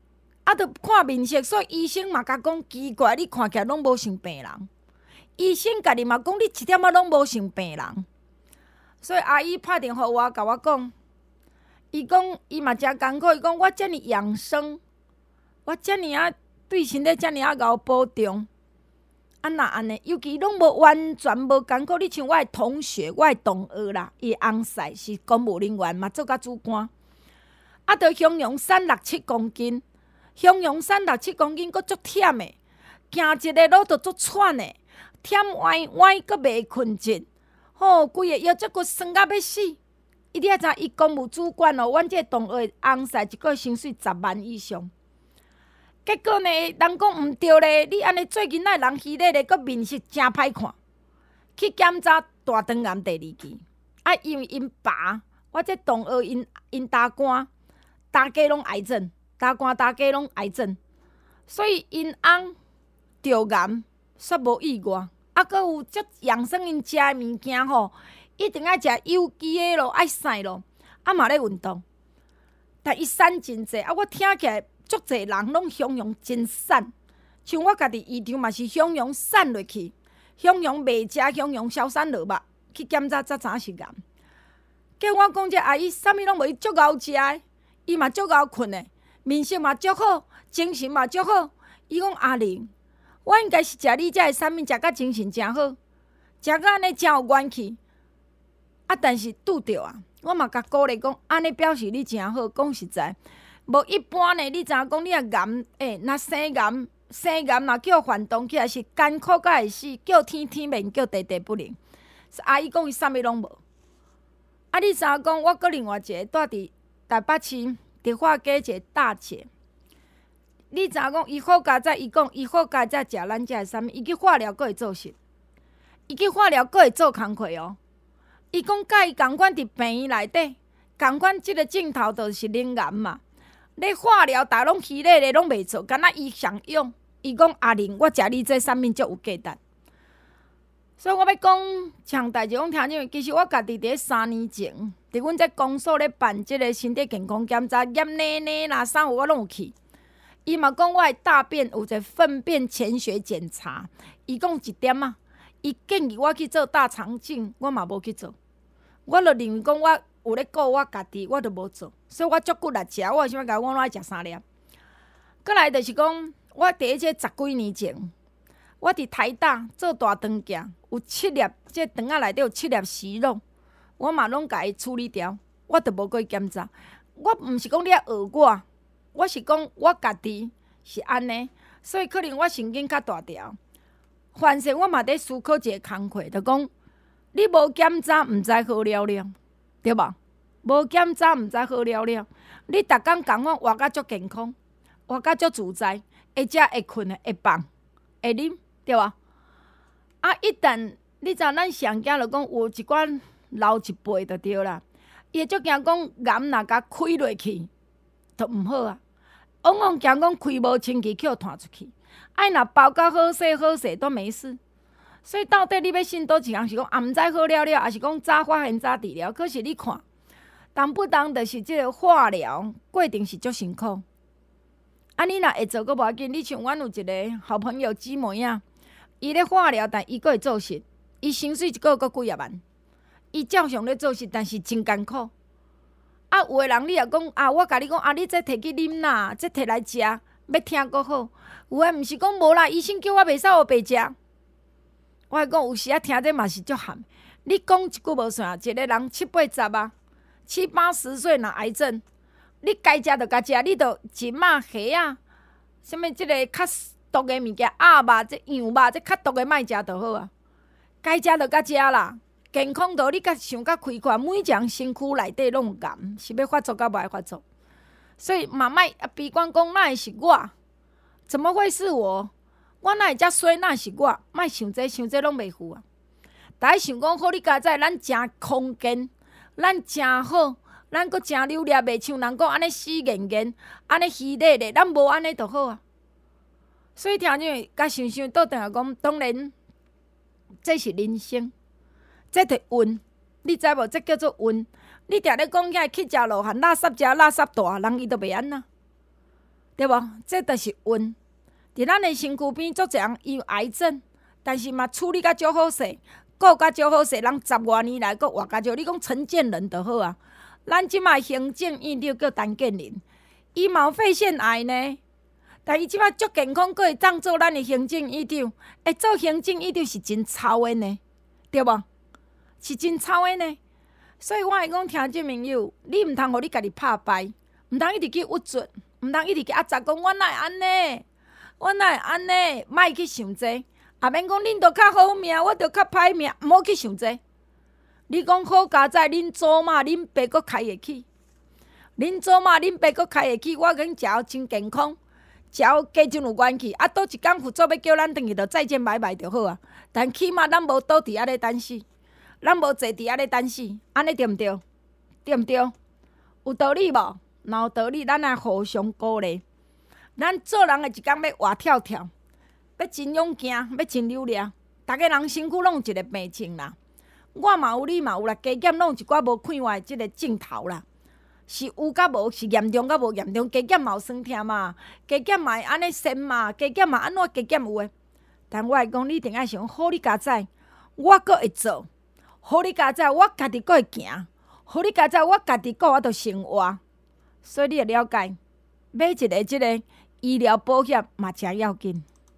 啊，著看面色，所以医生嘛甲讲奇怪，你看起来拢无像病人。医生家己嘛讲你一点仔拢无像病人，所以阿姨拍电话互我，甲我讲，伊讲伊嘛诚艰苦，伊讲我遮尔养生，我遮尔啊对身体遮尔啊敖保重，啊若安尼，尤其拢无完全无艰苦。你像我的同学，我的同学啦，伊翁婿是公务人员嘛，做甲主管，啊，着形容瘦六七公斤，形容瘦六七公斤，佫足忝的，行一个路着足喘的。忝歪歪，阁袂困觉，吼，规个腰脊骨酸甲要死。伊你也知，伊公务主管哦，阮这个同学翁婿一个月薪水十万以上。结果呢，人讲毋对咧，你安尼做囡仔人虚咧咧，阁面色真歹看。去检查大肠癌第二期，啊，因为因爸，我这同学因因大官，大家拢癌症，大官大家拢癌症，所以因翁着癌。煞无意外，啊，阁有足养生因食诶物件吼，一定爱食有机诶咯，爱瘦咯，啊嘛咧运动。但伊瘦真济，啊，我听起来足济人拢形容真瘦，像我家己医场嘛是形容瘦落去，形容袂食，形容消瘦落肉，去检查才知影是癌。叫我讲这阿姨啥物拢无，伊足敖食诶，伊嘛足敖困诶，面色嘛足好，精神嘛足好。伊讲阿玲。我应该是食你遮个产品，食甲精神诚好，食甲安尼诚有元气。啊，但是拄着啊，我嘛甲鼓励讲，安尼表示你诚好。讲实在，无一般呢，你知影讲你啊癌，诶、欸，若生癌，生癌若叫反动起来是艰苦甲会死，叫天天免，叫地地不灵。阿姨讲伊啥物拢无。啊，你知影讲，我搁另外一个住伫台北市迪化街一个大姐。你知影讲，伊好佳仔，伊讲伊好佳仔食咱遮个啥物？伊去化疗，阁会做事。伊去化疗，阁会做工课哦。伊讲，甲伊共款伫病院内底，共款即个镜头就是灵癌嘛。咧化疗，逐拢虚咧咧，拢袂做，敢若伊上用。伊讲阿玲，我食你这产品足有价值。所以我要讲强代志，讲听见，其实我家己伫三年前，伫阮这公所咧办即个身体健康检查，验奶奶啦啥有我拢有去。伊嘛讲我的大便有一个粪便潜血检查，伊讲一点啊，伊建议我去做大肠镜，我嘛无去做。我就认为讲我有咧顾我家己，我就无做，所以我足骨力食，我为啥物甲我拢爱食三粒？过来就是讲，我第一个十几年前，我伫台大做大肠镜，有七粒，这肠仔内底有七粒息肉，我嘛拢甲伊处理掉，我就无过去检查。我毋是讲你爱学我。我是讲，我家己是安尼，所以可能我神经较大条。反正我嘛伫思考一个工课，就讲你无检查，毋知好了了，对无？无检查，毋知好了了。你逐工共我活甲足健康，活甲足自在，会食会困的，会放会啉，对无？啊，一旦你知咱上惊就讲有一寡老一辈就对啦，伊会足惊讲癌若甲开落去。就毋好啊！往往惊讲开无清气，捡弹出去。爱若包甲好势好势都没事。所以到底你要信倒一项是讲，啊毋知好了了，还是讲早发现早治疗？可是你看，当不当就是即个化疗过程是足辛苦。啊，你若会做阁无要紧。你像阮有一个好朋友姊妹啊，伊咧化疗，但伊阁会做事，伊薪水一个月阁几啊万。伊照常咧做事，但是真艰苦。啊，有诶人你也讲啊，我甲你讲啊，你这摕去啉啦，这摕来食，要听阁好。有诶毋是讲无啦，医生叫我袂使学白食。我会讲有时啊，听这嘛是足含。你讲一句无算，一个人七八十啊，七八十岁若癌症，你该食就该食，你就钱啊、虾啊，什物即个较毒诶物件，鸭肉、这羊肉，这较毒诶莫食就好啊。该食就该食啦。健康道，你甲想甲开阔，每一项身躯内底拢有癌，是要发作甲无爱发作。所以嘛，莫啊悲观讲，哪会是我？怎么会是我？我哪会遮衰？哪是我？莫想这想这拢袂赴啊！大家想讲好，你家在咱真空间，咱真好，咱阁真溜达，袂像人讲安尼死严严，安尼虚咧咧，咱无安尼就好啊。所以听见甲想想倒转来讲，当然这是人生。这着运，你知无？这叫做运。你定咧讲遐去食落汉垃圾食垃圾大，人伊都袂安那， 对无？这就是运。伫咱的身躯边，足侪人伊有癌症，但是嘛处理甲足好势，顾甲足好势，人十外年来，佫活甲足。你讲陈建仁就好啊，咱即卖行政院长叫陈建仁，伊嘛有肺腺癌呢，但伊即摆足健康，佫会当做咱的行政院长。会做行政院长是真操的呢，对无？是真操的呢。所以我会讲，听众朋友，你毋通互你家己拍败，毋通一直去郁卒，毋通一直去压榨讲我哪会安尼。我哪会安尼？莫去想这，也免讲恁着较好命，我着较歹命，毋好去想这。你讲好佳哉，恁祖妈、恁爸佫开会起，恁祖妈、恁爸佫开会起，我跟食真健康，食加真有元气。啊，倒一工辅助要叫咱转去，着再见拜拜就好啊。但起码咱无倒伫遐咧等死，咱无坐伫遐咧等死，安尼对毋对？对毋对？有道理无？若有道理，咱来互相鼓励。咱做人的一工要活跳跳，要真勇行，要真流利。逐个人身躯拢有一个病症啦，我嘛有，你嘛有啦。加减拢有一寡无看外的即个镜头啦，是有甲无，是严重甲无严重。加减嘛有酸痛嘛，加减嘛会安尼酸嘛，加减嘛安怎加减有诶。但我会讲，你一定爱想好，你家仔我阁会做，好你家仔我家己阁会行，好你家仔我家己阁我着生活。所以你会了解，买一个即个。医疗保险嘛真要紧。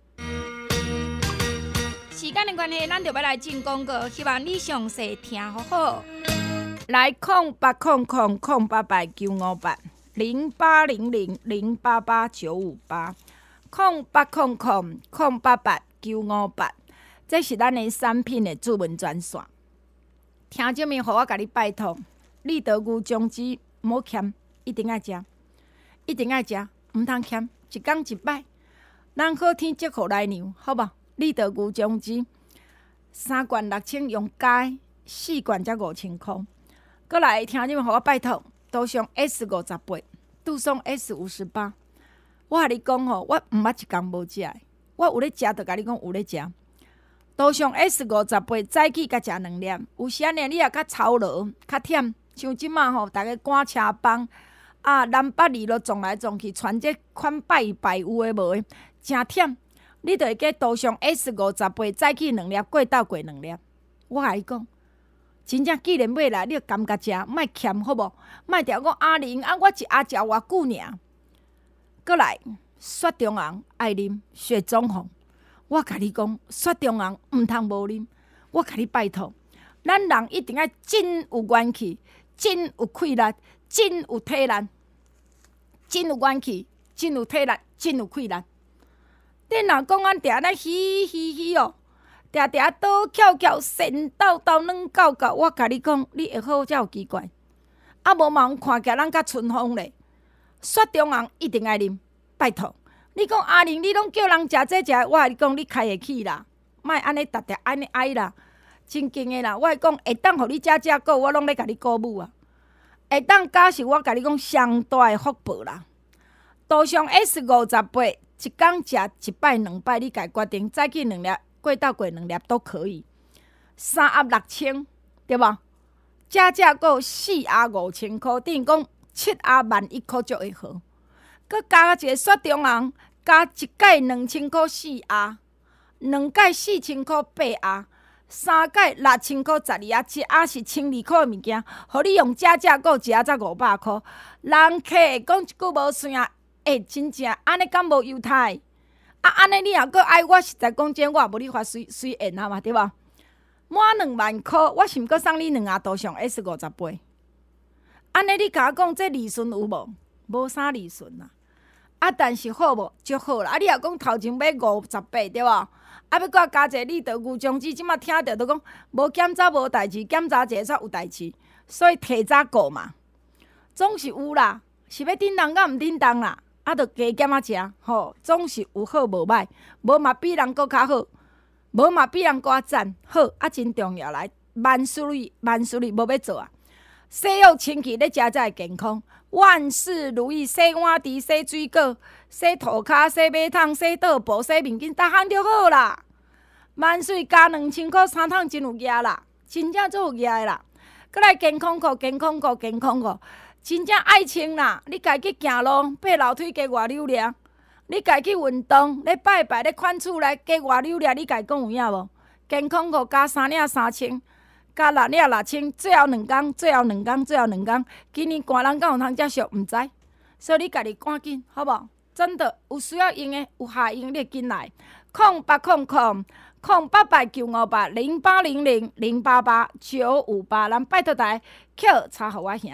时间的关系，咱就要来进广告，希望你详细听好好。来，空八空空空八八九五八零八零零零八八九五八，空八空空空八八九五八，这是咱的产品的主文专线。听众们，互我甲你拜托，立德牛姜汁唔好欠，一定爱食，一定爱食，唔通欠。一工一摆，咱好天祝福来牛，好无？立德牛姜汁三罐六千用加的，四罐才五千箍。过来，听你们，互我拜托，都上 S 五十八，杜松 S 五十八。我甲你讲吼，我毋捌一工无食的，我有咧食，就甲你讲有咧食。都上 S 五十八，早起甲食两粒，有时呢，你也较操劳，较忝。像即马吼，逐个赶车帮。啊，南北二路撞来撞去，传这款拜拜有诶无诶，真忝。你着会记涂上 S 五十八，早起两粒，过昼过两粒。我甲你讲，真正既然买来，你着甘甲食，莫欠好无？莫条讲阿玲啊，我一阿食偌久尔。过来，雪中红爱啉，雪中红。我甲你讲，雪中红毋通无啉。我甲你拜托，咱人一定要真有元气，真有气力，真有体力。真有元气，真有体力，真有气力。你若讲俺定咧嘻嘻嘻哦，定定倒翘翘，神叨叨，软搞搞，我甲你讲，你会好才有奇怪。啊，无嘛看起来咱甲春风咧。雪中红一定爱啉，拜托。你讲阿玲，你拢叫人食这食，我甲你讲，你开会起啦，莫安尼直直安尼哀啦，真劲诶啦。我会讲，会当互你食食够，我拢咧甲你鼓舞啊。会当假是我甲你讲上大诶福报啦。涂上 S 五十八，一工食一摆两摆，你家决定，早起两粒，过昼过两粒都可以。三盒六千，对无？加价够四盒五千箍，等于讲七盒万一箍就会好。佮加一个雪中红，加一盖两千箍四盒，两盖四千箍八盒。三盖六千箍十二啊，一盒是千二箍的物件，互你用加价购一盒才五百箍。人客会讲一句无算啊，欸，真正安尼敢无犹太？啊，安尼你若搁爱我，实在讲真，我也无你发水水缘啊嘛，对无？满两万箍，我是毋搁送你两盒涂上 S 五十八。安尼你甲我讲这利润有无？无啥利润啦。啊，但是好无就好啦。啊，你若讲头前买五十八，对无？啊，要搁加一个立德牛姜汁，即马听着都讲无检查无代志，检查一下煞有代志，所以提早购嘛，总是有啦，是要叮当甲毋叮当啦，啊，着加减啊食，吼，总是有好无歹，无嘛比人搁较好，无嘛比人搁较赞，好啊，真重要来，万事如意，万事如意，无要做啊，洗好清气咧食才会健康，万事如意，洗碗池，洗水果，洗涂骹，洗马桶，洗桌布，洗面巾，逐项就好啦。万岁加两千箍三趟真有额啦，真正做有额的啦。搁来健康裤，健康裤，健康裤， 真正爱穿啦，你家己行路，爬楼梯加外扭掠，你家己运动，咧拜拜，咧款厝内加外扭掠，你家讲有影无？健康裤加三领三千，加六领六千，最后两工，最后两工，最后两工，今年寒人敢有通接受？毋知，所以你家己赶紧，好无？真的有需要用的，有下用，你紧来，空八空空。空八八九五八零八零零零八八九五八，咱拜托大家扣查互我兄。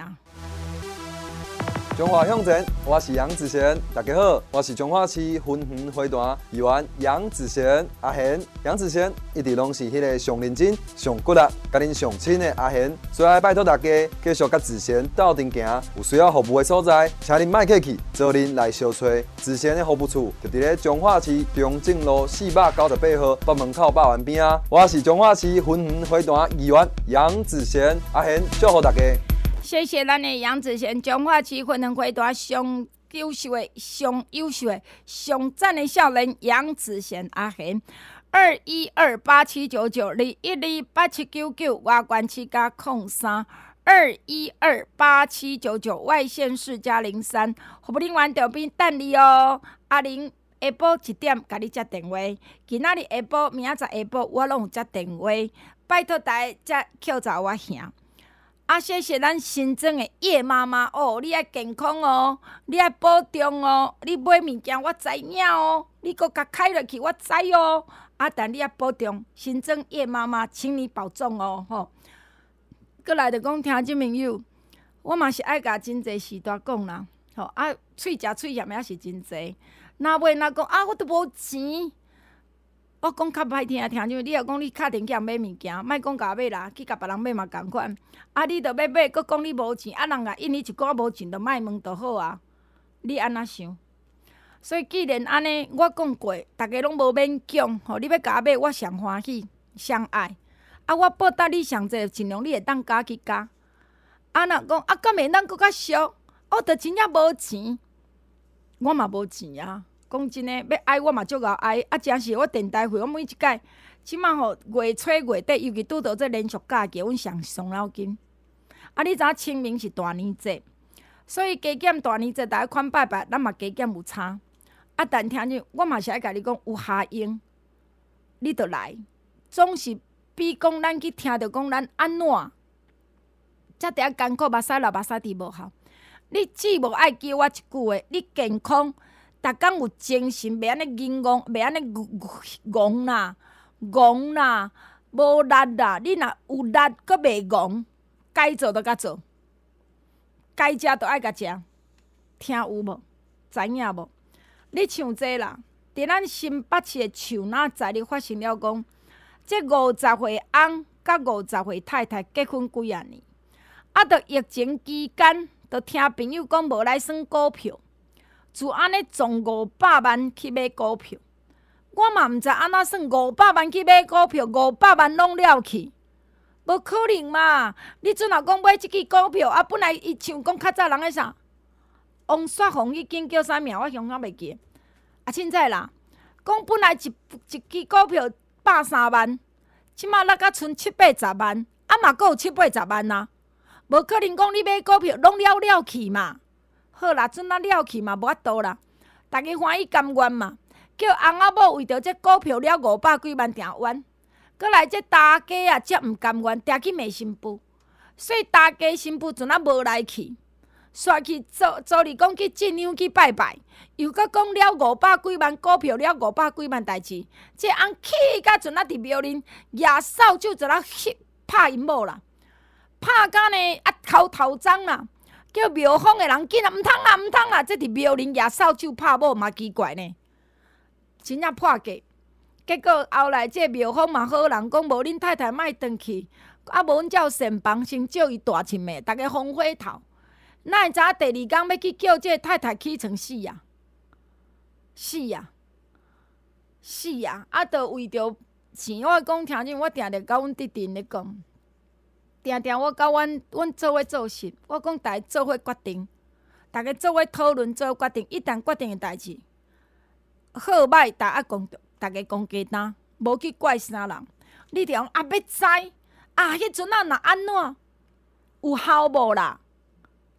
中华向前，我是杨子贤，大家好，我是中华市云园花坛议员杨子贤阿贤。杨子贤一直拢是迄个上认真、上骨力、甲恁上亲的阿贤，所以拜托大家继续甲子贤斗阵行，有需要服务的所在，请恁莫客气，找恁来相找。子贤的服务处就伫咧中华市中正路四百九十八号北门口百万边啊。我是中华市云园花坛议员杨子贤阿贤，祝福大家。 谢谢咱的杨子贤，中华区云园花坛上优秀的、上优秀的、上赞的少年杨子贤阿贤，二一二八七九九二一二八七九九外关七加空三，二一二八七九九外县市加零三，服务人员调边等你哦。阿玲下晡一点甲你接电话，今仔日下晡、明仔载下晡我拢有接电话，拜托大家接扣查我兄。啊，谢谢咱新增的叶妈妈哦，你爱健康哦，你爱保重哦，你买物件我知影哦，你搁甲开落去我知哦。啊，但你爱保重，新增叶妈妈，请你保重哦，吼。搁来着讲听众朋友，我嘛是爱甲真济时代讲啦，吼啊，喙食喙嫌也是真济，若买若讲啊，我都无钱。我讲较歹听，听众，你若讲你敲电话买物件，莫讲甲买啦，去甲别人买嘛共款。啊，你著要买，搁讲你无钱，啊，人也印你一寡无钱，著莫问就好啊。你安怎想？所以既然安尼，我讲过，逐家拢无免讲，吼，你要甲买，我上欢喜，上爱。啊，我报答你上济，尽量你会当加去加。啊，若讲啊，敢会当搁较俗？我著真正无钱，我嘛无钱啊。讲真诶，要爱我嘛足够爱，啊！真是我电台费，我每一届，即摆吼月初月底，尤其拄到这连续假期，阮上伤脑筋。啊，你知影清明是大年节，所以加减大年节大家款拜拜，咱嘛加减有差。啊，但听着，我嘛是爱甲你讲有下用，你著来，总是比讲咱去听着讲咱安怎，则伫遐艰苦，目屎流目屎滴无效。你只无爱叫我一句话，你健康。逐工有精神，袂安尼硬戆，袂安尼戆啦，戆啦，无力啦。你若有力，阁袂戆，该做就甲做，该食就爱甲食。听有无？知影无？你像这啦，伫咱新北市的树哪在咧发生了讲，这五十岁翁甲五十岁太太结婚几啊年，啊，着疫情期间，着听朋友讲无来算股票。就安尼从五百万去买股票，我嘛毋知安怎算五百万去买股票，五百万拢了去，无可能嘛！你阵若讲买即支股票，啊，本来伊像讲较早人个啥，王雪红迄间叫啥名？我想想袂记。啊，凊彩啦，讲本来一一支股票百三万，即马落甲剩七八十万，啊嘛阁有七八十万啊，无可能讲你买股票拢了了去嘛。好啦，阵仔了去嘛，无法度啦。大家欢喜甘愿嘛，叫翁仔某为着这股票了五百几万定冤，搁来这大家啊，则毋甘愿，定去骂新妇。所以大家新妇阵仔无来去，煞去做做哩讲去进香去拜拜，又搁讲了五百几万股票了五百几万代志。这翁气甲阵仔伫庙里举扫帚就来拍因某啦，拍甲呢啊头头脏啦。叫庙方的人紧啊，毋通啊，毋通啊！这伫庙林举扫帚拍某嘛奇怪呢，真正破格。结果后来这庙方嘛好人讲，无恁太太莫转去，啊无阮才有善房先叫伊大亲的，逐个风火头。哪会知影第二天要去叫这太太起床死啊？死啊！死啊！啊，着为着钱，我讲听见，我定定甲阮弟弟咧讲。定定，我甲阮阮做伙做事，我讲大家做伙决定，大家做伙讨论，做伙决定。一旦决定的代志，好歹大家讲，大家讲简单，无去怪啥人。你着讲啊，要知啊，迄阵啊，若安怎有效无啦？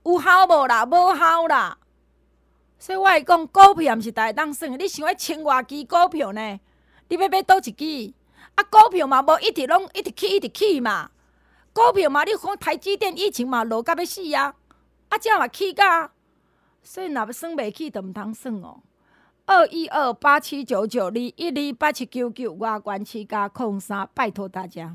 有效无啦？无效啦！所以我会讲，股票毋是大家当算的。你想要千外支股票呢？你要买倒一支？啊，股票嘛无一直拢一直起一直起嘛。股票嘛，你看台积电以前嘛落甲要死啊，啊，这嘛起甲。所以若要算袂起，就毋通算哦。二一二八七九九二一二八七九九外关七加空三，拜托大家。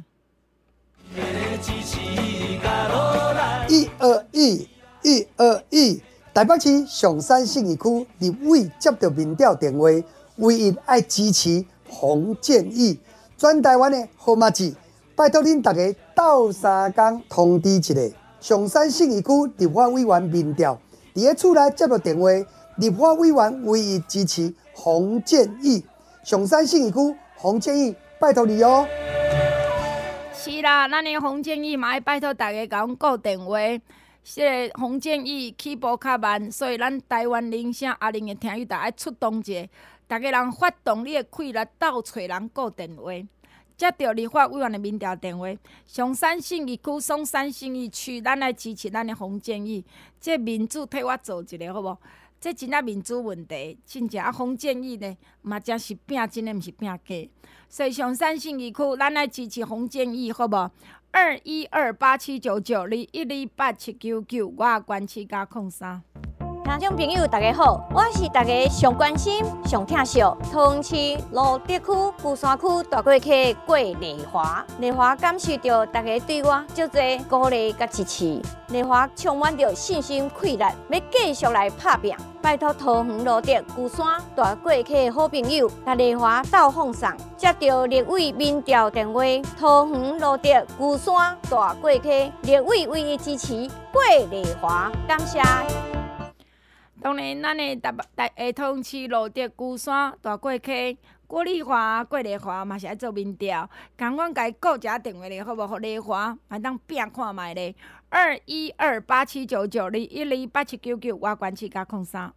一二一，一二一，台北市上山信义区立委接到民调电话，唯一爱支持洪建义，全台湾的号码字，拜托恁大家斗三工通知一下。上山信义区立法委员民调，伫个厝内接到电话，立法委员唯一支持洪建义，上山信义区洪建义，拜托你哦。 是啦，咱的洪建义嘛爱拜托大家甲阮顾电话。即个洪建义起步较慢，所以咱台湾铃声阿玲的听友大爱出动者，大家人发动你的气力，斗找人顾电话。接到立法委员的民调电话，上山信义区、松山信义区，咱来支持咱的洪建义。这民主替我做一个好无？这真正民主问题，真正啊！洪建义呢，嘛真是拼真的，毋是拼假。所以上山信义区，咱来支持洪建义，好无？二一二八七九九二一二八七九九，我关七加空三。 听众朋友，大家好，我是大家上关心、上疼惜桃园市罗德区富山区大过溪郭丽华。丽华感受到大家对我足侪鼓励甲支持，丽华充满着信心、气力，要继续来打拼。拜托桃园罗德富山大过溪的好朋友，甲丽华斗奉送，接到立委民调电话，桃园罗德富山大过溪立委唯一支持郭丽华，感谢。 当然，咱的台台诶，桃园市罗德孤山大过溪郭丽华、郭丽华嘛是爱做民调，共阮家顾一下电话咧，好无？互丽华嘛当拼看卖咧，二一二八七九九二一二八七九九，我关七加空三。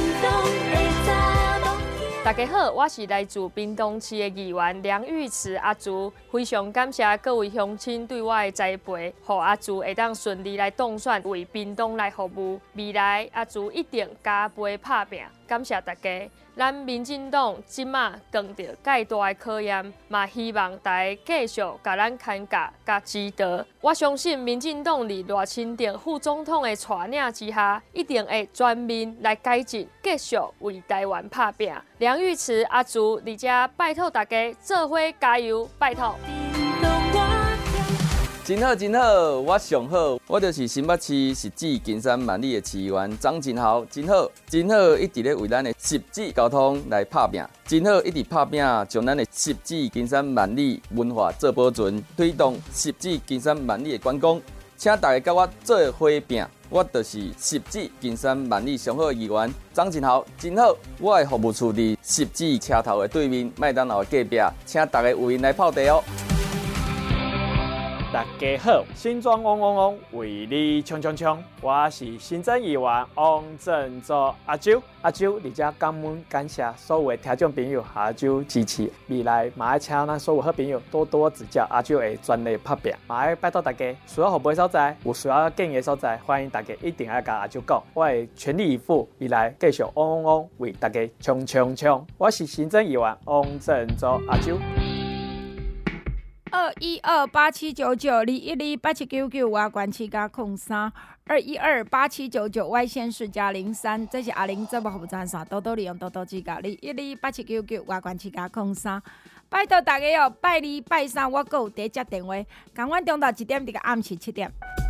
大家好，我是来自屏东市的议员梁玉慈阿朱，非常感谢各位乡亲对我的栽培，让阿朱会当顺利来当选为屏东来服务。未来阿朱一定加倍打拼，感谢大家。咱民进党即马扛着介大的考验，嘛希望大家继续甲咱牵架、甲支持。我相信民进党伫赖清德副总统的带领之下，一定会全面来改进，继续为台湾打拼。梁玉慈阿朱伫遮拜托大家做伙加油，拜托。 真好真好，我上好，我就是新北市十指金山万里的市议员张真豪，真好真好，一直咧为咱的十指交通来打拼，真好一直打拼，将咱的十指金山万里文化做保存，推动十指金山万里的观光，请大家甲我做伙拼。我就是十指金山万里上好的议员张真豪，真好，我的服务处伫十指车头的对面，麦当劳的隔壁，请大家有闲来泡茶哦。 大家好，新庄嗡嗡嗡，为你冲冲冲！我是新增议员王振洲阿周，阿周伫遮感恩感谢所有的听众朋友，阿周支持。未来嘛爱请咱所有好朋友多多指教，阿周会全力拍拼。嘛爱拜托大家，需要服务的所在，有需要建议的所在，欢迎大家一定要甲阿周讲，我会全力以赴，未来继续嗡嗡嗡为大家冲冲冲！我是新增议员王振洲阿周。 二一二八七九九二一二八七九九，我关七加空三。二一二八七九九，外县市加零三，这是阿玲节目服务专线，多多利用，多多指教。二一二八七九九，我关七加空三。拜托大家哦，拜二、拜三我阁有在接电话，共阮中昼一点，伫个暗时七点。